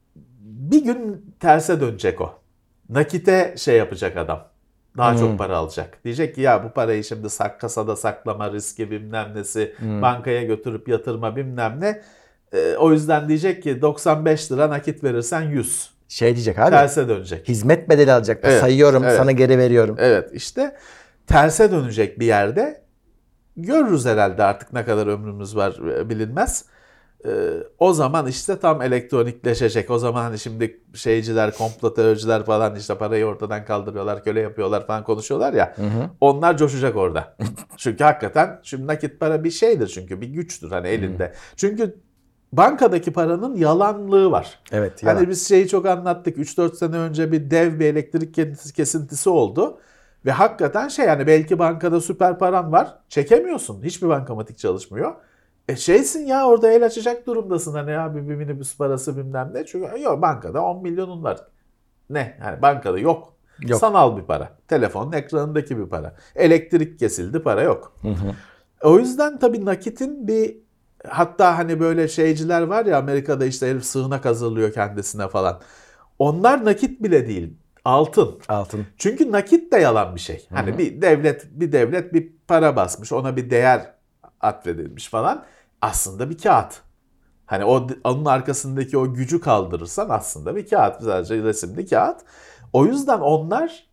bir gün terse dönecek o. Nakite şey yapacak adam. Daha hmm. çok para alacak. Diyecek ki ya bu parayı şimdi sak, kasada saklama riski bilmem nesi, hmm. bankaya götürüp yatırma bilmem ne. Ee, o yüzden diyecek ki doksan beş lira nakit verirsen yüz. Şey diyecek abi. Terse dönecek. Hizmet bedeli alacak. Evet, sayıyorum evet. sana geri veriyorum. Evet işte terse dönecek bir yerde. Görürüz herhalde artık ne kadar ömrümüz var bilinmez. Ee, o zaman işte tam elektronikleşecek. O zaman hani şimdi şeyciler, komplo teoriciler falan işte parayı ortadan kaldırıyorlar, köle yapıyorlar falan konuşuyorlar ya. Hı hı. Onlar coşacak orada. Çünkü hakikaten şimdi nakit para bir şeydir çünkü bir güçtür hani elinde. Hı. Çünkü bankadaki paranın yalanlığı var. Evet. Yalan. Hani biz şeyi çok anlattık. üç dört sene önce bir dev bir elektrik kesintisi oldu. Ve hakikaten şey yani belki bankada süper paran var. Çekemiyorsun. Hiçbir bankamatik çalışmıyor. E şeysin ya orada el açacak durumdasın. Hani abi bir minibüs parası bilmem ne. Çünkü yok bankada on milyonun var. Ne? Yani bankada yok. yok. Sanal bir para. Telefonun ekranındaki bir para. Elektrik kesildi para yok. Hı hı. O yüzden tabii nakitin bir hatta hani böyle şeyciler var ya Amerika'da işte herif sığınak hazırlıyor kendisine falan. Onlar nakit bile değil. Altın. Altın. Çünkü nakit de yalan bir şey. Hani Hı-hı. bir devlet bir devlet bir para basmış. Ona bir değer atfedilmiş falan. Aslında bir kağıt. Hani o onun arkasındaki o gücü kaldırırsan aslında bir kağıt. Sadece resimli kağıt. O yüzden onlar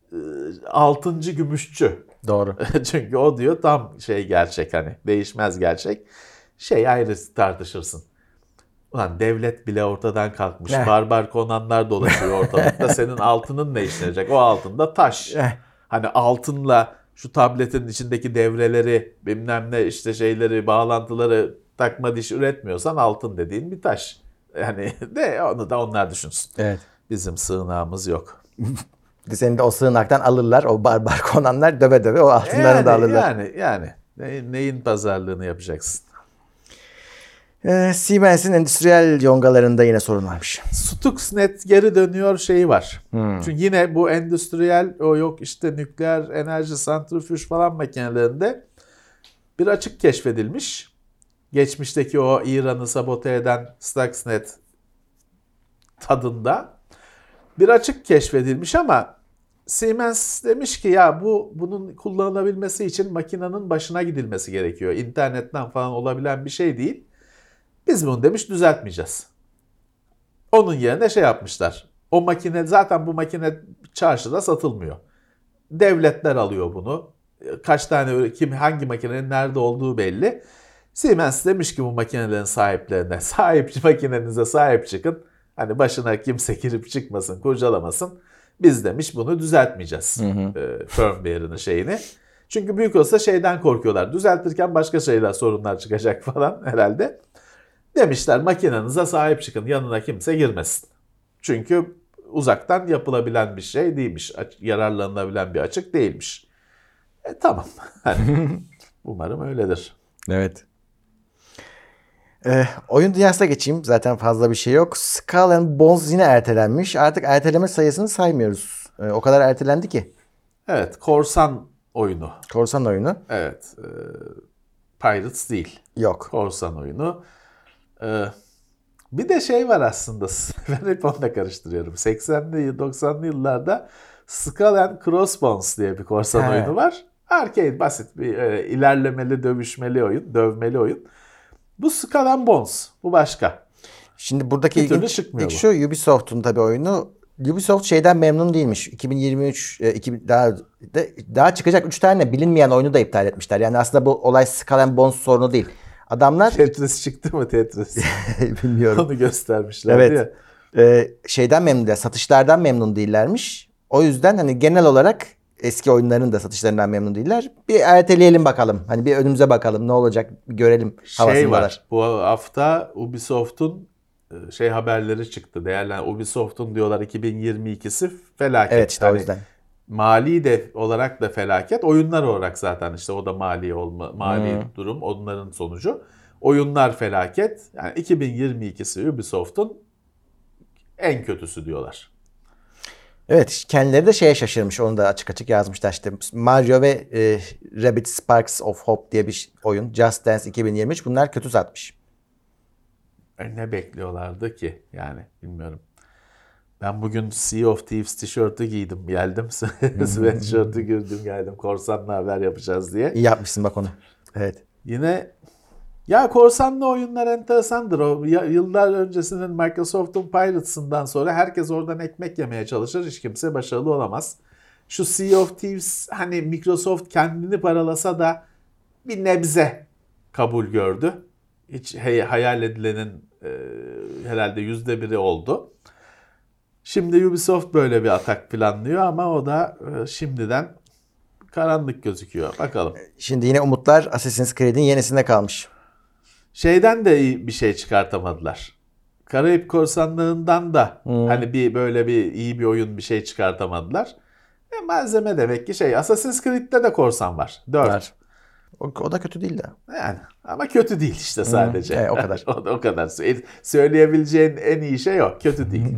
altıncı gümüşçü. Doğru. Çünkü o diyor tam şey gerçek hani değişmez gerçek. Şey ayrı tartışırsın. Ulan devlet bile ortadan kalkmış. Ne? Barbar Konanlar dolaşıyor ortalıkta. Senin altının ne işine yarayacak? O altında taş. Ne? Hani altınla şu tabletin içindeki devreleri, bilmem ne işte şeyleri, bağlantıları takma diş üretmiyorsan altın dediğin bir taş. Yani de onu da onlar düşünsün. Evet. Bizim sığınağımız yok. Seni de o sığınaktan alırlar. O barbar konanlar döve döve o altınlarını yani, da alırlar. Yani yani ne, neyin pazarlığını yapacaksın? Ee, Siemens'in endüstriyel yongalarında yine sorun varmış. Stuxnet geri dönüyor şeyi var. Hmm. Çünkü yine bu endüstriyel o yok işte nükleer enerji santrifüj falan makinelerinde bir açık keşfedilmiş. Geçmişteki o İran'ı sabote eden Stuxnet tadında bir açık keşfedilmiş ama Siemens demiş ki ya bu bunun kullanılabilmesi için makinenin başına gidilmesi gerekiyor. İnternetten falan olabilen bir şey değil. Biz bunu demiş düzeltmeyeceğiz. Onun yerine şey yapmışlar. O makine zaten bu makine çarşıda satılmıyor. Devletler alıyor bunu. Kaç tane kim hangi makinenin nerede olduğu belli. Siemens demiş ki bu makinelerin sahiplerine sahip makinenize sahip çıkın. Hani başına kimse girip çıkmasın, kurcalamasın. Biz demiş bunu düzeltmeyeceğiz. Hı hı. E, firmware'ını şeyini. Çünkü büyük olsa şeyden korkuyorlar. Düzeltirken başka şeyler sorunlar çıkacak falan herhalde. Demişler makinenize sahip çıkın. Yanına kimse girmesin. Çünkü uzaktan yapılabilen bir şey değilmiş. Yararlanılabilen bir açık değilmiş. E tamam. Hani, umarım öyledir. Evet. Ee, oyun dünyasına geçeyim. Zaten fazla bir şey yok. Skull and Bones yine ertelenmiş. Artık erteleme sayısını saymıyoruz. Ee, o kadar ertelendi ki. Evet. Korsan oyunu. Korsan oyunu. Evet. E, Pirates değil. Yok. Korsan oyunu. E, bir de şey var aslında. Ben hep onunla karıştırıyorum. seksenli doksanlı yıllarda Skull and Crossbones diye bir korsan He. oyunu var. Arcade basit bir e, ilerlemeli, dövüşmeli oyun. Dövmeli oyun. Bu Skull and Bones. Bu başka. Şimdi buradaki ilginç ilk şu Ubisoft'un tabii oyunu. Ubisoft şeyden memnun değilmiş. iki bin yirmi üç e, iki, daha daha çıkacak üç tane bilinmeyen oyunu da iptal etmişler. Yani aslında bu olay Skull and Bones sorunu değil. Adamlar Tetris çıktı mı Tetris? Bilmiyorum. Onu göstermişler evet. diye. Ee, şeyden memnun değil, satışlardan memnun değillermiş. O yüzden hani genel olarak eski oyunların da satışlarından memnun değiller. Bir erteleyelim bakalım. Hani bir önümüze bakalım ne olacak bir görelim havasındalar. Şey var. Bu hafta Ubisoft'un şey haberleri çıktı. Değerlen Ubisoft'un diyorlar iki bin yirmi ikisi felaket. Evet işte hani o yüzden. Mali de olarak da felaket. Oyunlar olarak zaten işte o da mali olma mali hmm. durum onların sonucu. Oyunlar felaket. Yani iki bin yirmi ikisi Ubisoft'un en kötüsü diyorlar. Evet kendileri de şeye şaşırmış. Onu da açık açık yazmışlar işte. Mario ve e, Rabbids Sparks of Hope diye bir oyun. Just Dance iki bin yirmi üç bunlar kötü satmış. E ne bekliyorlardı ki yani bilmiyorum. Ben bugün Sea of Thieves tişörtü giydim geldim. Sweatshirt'ü girdim geldim. Korsanla haber yapacağız diye. İyi yapmışsın bak onu. Evet. Yine ya korsanlı oyunlar enteresandır. O yıllar öncesinin Microsoft'un Pirates'ından sonra herkes oradan ekmek yemeye çalışır. Hiç kimse başarılı olamaz. Şu Sea of Thieves hani Microsoft kendini paralasa da bir nebze kabul gördü. Hiç hey, hayal edilenin e, herhalde yüzde biri oldu. Şimdi Ubisoft böyle bir atak planlıyor ama o da e, şimdiden karanlık gözüküyor. Bakalım. Şimdi yine umutlar Assassin's Creed'in yenisinde kalmış. Şeyden de iyi bir şey çıkartamadılar. Karayip Korsanlığından da hmm. hani bir böyle bir iyi bir oyun bir şey çıkartamadılar. E, malzeme demek ki şey Assassin's Creed'de de korsan var. dört. Var. O, o da kötü değil de. Yani ama kötü değil işte sadece. Hmm. Evet, o kadar. o, o kadar. Söyleyebileceğin en iyi şey o. Kötü değil.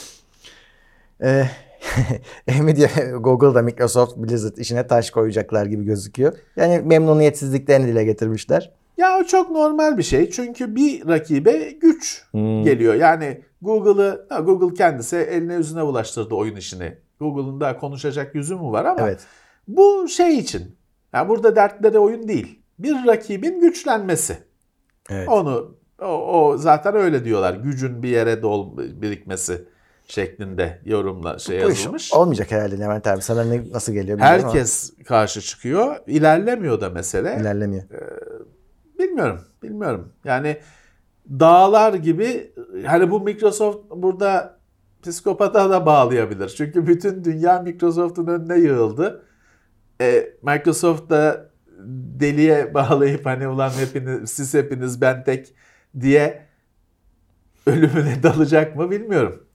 Eee Nvidia, Google'da Microsoft, Blizzard işine taş koyacaklar gibi gözüküyor. Yani memnuniyetsizliklerini dile getirmişler. Ya o çok normal bir şey. Çünkü bir rakibe güç hmm. geliyor. Yani Google'ı, Google kendisi eline yüzüne ulaştırdı oyun işini. Google'ın da konuşacak yüzü mü var ama evet. Bu şey için. Yani burada dertleri oyun değil. Bir rakibin güçlenmesi. Evet. Onu o, o zaten öyle diyorlar. Gücün bir yere dol birikmesi şeklinde yorumla şey bu yazılmış. Olmayacak herhalde Levent abi. Sana ne, nasıl geliyor? Herkes ama. Karşı çıkıyor. İlerlemiyor da mesele. İlerlemiyor. Ee, bilmiyorum. Bilmiyorum. Yani dağlar gibi hani bu Microsoft burada psikopata da bağlayabilir. Çünkü bütün dünya Microsoft'un önüne yığıldı. e, Microsoft da deliye bağlayıp hani ulan hepiniz, siz hepiniz ben tek diye ölümüne dalacak mı bilmiyorum.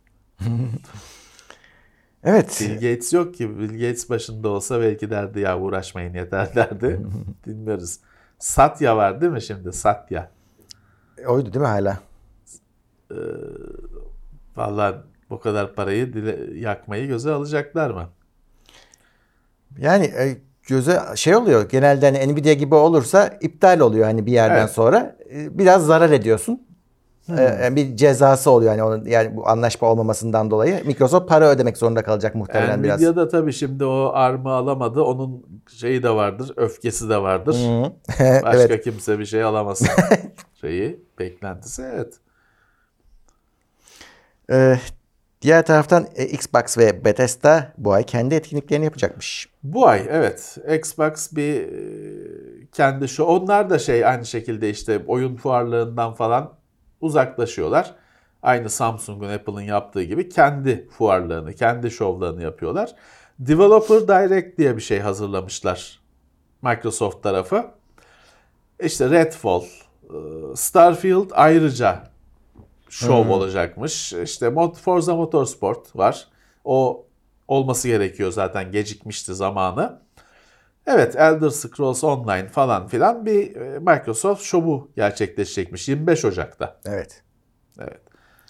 Evet. Bill Gates yok ki. Bill Gates başında olsa belki derdi ya uğraşmayın yeter derdi. Bilmiyoruz. Satya var değil mi şimdi? Satya. Oydu değil mi hala? Ee, vallahi bu kadar parayı dile, yakmayı göze alacaklar mı? Yani e, göze şey oluyor. Genelde hani Nvidia gibi olursa iptal oluyor hani bir yerden evet. sonra. E, biraz zarar ediyorsun. Hmm. E, bir cezası oluyor yani onun, yani bu anlaşma olmamasından dolayı. Microsoft para ödemek zorunda kalacak muhtemelen Nvidia biraz. Nvidia da tabii şimdi o armı alamadı. Onun şeyi de vardır, öfkesi de vardır. Başka evet. kimse bir şey alamasın. Şeyi, beklentisi evet. Ee, diğer taraftan Xbox ve Bethesda bu ay kendi etkinliklerini yapacakmış. Bu ay evet. Xbox bir kendi şu onlar da şey aynı şekilde işte oyun fuarlarından falan uzaklaşıyorlar. Aynı Samsung'un, Apple'ın yaptığı gibi kendi fuarlarını, kendi şovlarını yapıyorlar. Developer Direct diye bir şey hazırlamışlar Microsoft tarafı. İşte Redfall, Starfield ayrıca şov hmm. olacakmış. İşte Forza Motorsport var. O olması gerekiyor zaten gecikmişti zamanı. Evet Elder Scrolls Online falan filan bir Microsoft şovu gerçekleşecekmiş yirmi beş Ocak'ta. Evet. Evet.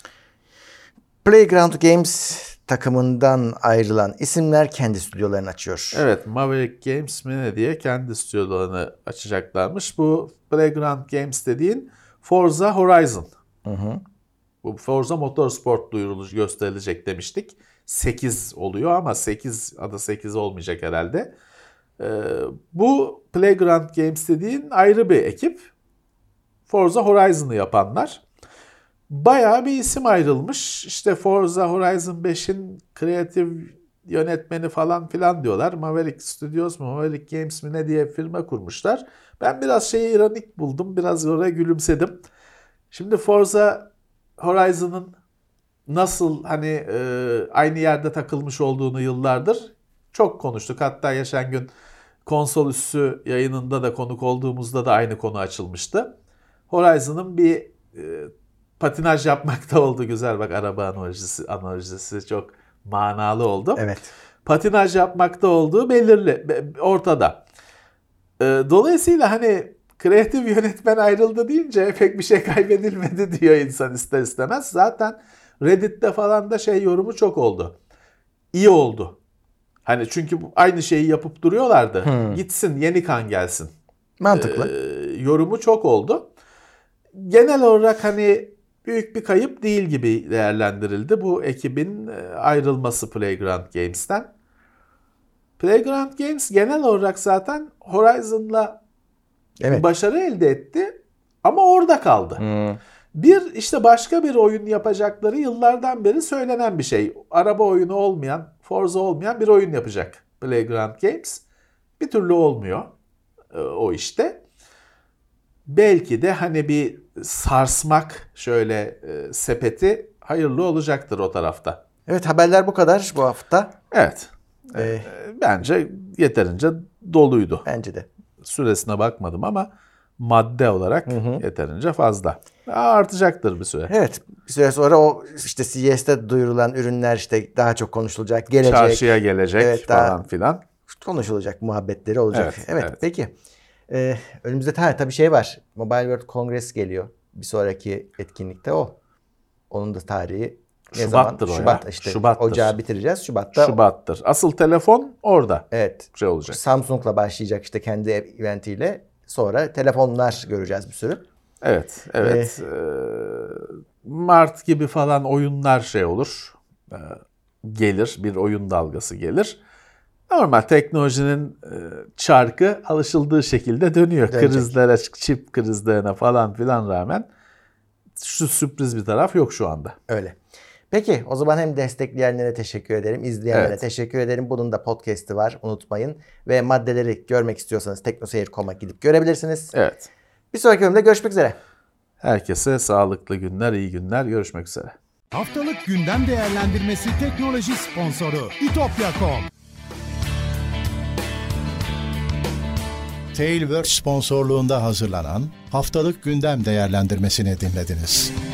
Playground Games takımından ayrılan isimler kendi stüdyolarını açıyor. Evet, Maverick Games mi ne diye kendi stüdyolarını açacaklarmış. Bu Playground Games dediğin Forza Horizon. Hı hı. Bu Forza Motorsport duyurulucu gösterilecek demiştik. sekiz oluyor ama sekiz adı sekiz olmayacak herhalde. Ee, bu Playground Games dediğin ayrı bir ekip. Forza Horizon'ı yapanlar. Bayağı bir isim ayrılmış. İşte Forza Horizon beşin kreatif yönetmeni falan filan diyorlar. Maverick Studios mu, Maverick Games mi ne diye firma kurmuşlar. Ben biraz şeyi ironik buldum. Biraz oraya gülümsedim. Şimdi Forza Horizon'ın nasıl hani e, aynı yerde takılmış olduğunu yıllardır çok konuştuk. Hatta geçen gün konsol üssü yayınında da konuk olduğumuzda da aynı konu açılmıştı. Horizon'ın bir e, patinaj yapmakta oldu. Güzel bak araba analojisi, analojisi çok manalı oldu. Evet. Patinaj yapmakta olduğu belirli, ortada. E, dolayısıyla hani kreatif yönetmen ayrıldı deyince pek bir şey kaybedilmedi diyor insan ister istemez. Zaten Reddit'te falan da şey yorumu çok oldu. İyi oldu. Hani çünkü aynı şeyi yapıp duruyorlardı. Hmm. Gitsin yeni kan gelsin. Mantıklı. Ee, yorumu çok oldu. Genel olarak hani büyük bir kayıp değil gibi değerlendirildi bu ekibin ayrılması Playground Games'ten. Playground Games genel olarak zaten Horizon'la evet. başarı elde etti ama orada kaldı. Hmm. Bir işte başka bir oyun yapacakları yıllardan beri söylenen bir şey. Araba oyunu olmayan, Forza olmayan bir oyun yapacak Playground Games. Bir türlü olmuyor o işte. Belki de hani bir sarsmak şöyle e, sepeti hayırlı olacaktır o tarafta. Evet haberler bu kadar bu hafta. Evet. Ee, e, bence yeterince doluydu. Bence de. Süresine bakmadım ama madde olarak hı hı. yeterince fazla. Artacaktır bir süre. Evet. Bir süre sonra o işte C E S'te duyurulan ürünler işte daha çok konuşulacak. Gelecek. Çarşıya gelecek evet, falan filan. Konuşulacak, muhabbetleri olacak. Evet, evet, evet. Peki. Ee, önümüzde ta, tabii şey var. Mobile World Congress geliyor. Bir sonraki etkinlikte o. Onun da tarihi ne Şubat'tır zaman? o Şubat ya. işte. Şubat'tır. Ocağı bitireceğiz. Şubat'ta. Şubat'tır. Asıl telefon orada. Evet. Şey olacak. Samsung'la başlayacak işte kendi eventiyle. Sonra telefonlar göreceğiz bir sürü. Evet. Evet. Ee, Mart gibi falan oyunlar şey olur. Ee, gelir. Bir oyun dalgası gelir. Normal teknolojinin çarkı alışıldığı şekilde dönüyor. Dönecek. Krizlere, çip krizlerine falan filan rağmen şu sürpriz bir taraf yok şu anda. Öyle. Peki o zaman hem destekleyenlere teşekkür ederim, izleyenlere evet. teşekkür ederim. Bunun da podcast'i var unutmayın. Ve maddeleri görmek istiyorsanız teknoseyir nokta com'a gidip görebilirsiniz. Evet. Bir sonraki bölümde görüşmek üzere. Herkese sağlıklı günler, iyi günler. Görüşmek üzere. Haftalık gündem değerlendirmesi teknoloji sponsoru itopya nokta com. Tailwords sponsorluğunda hazırlanan Haftalık Gündem Değerlendirmesini dinlediniz.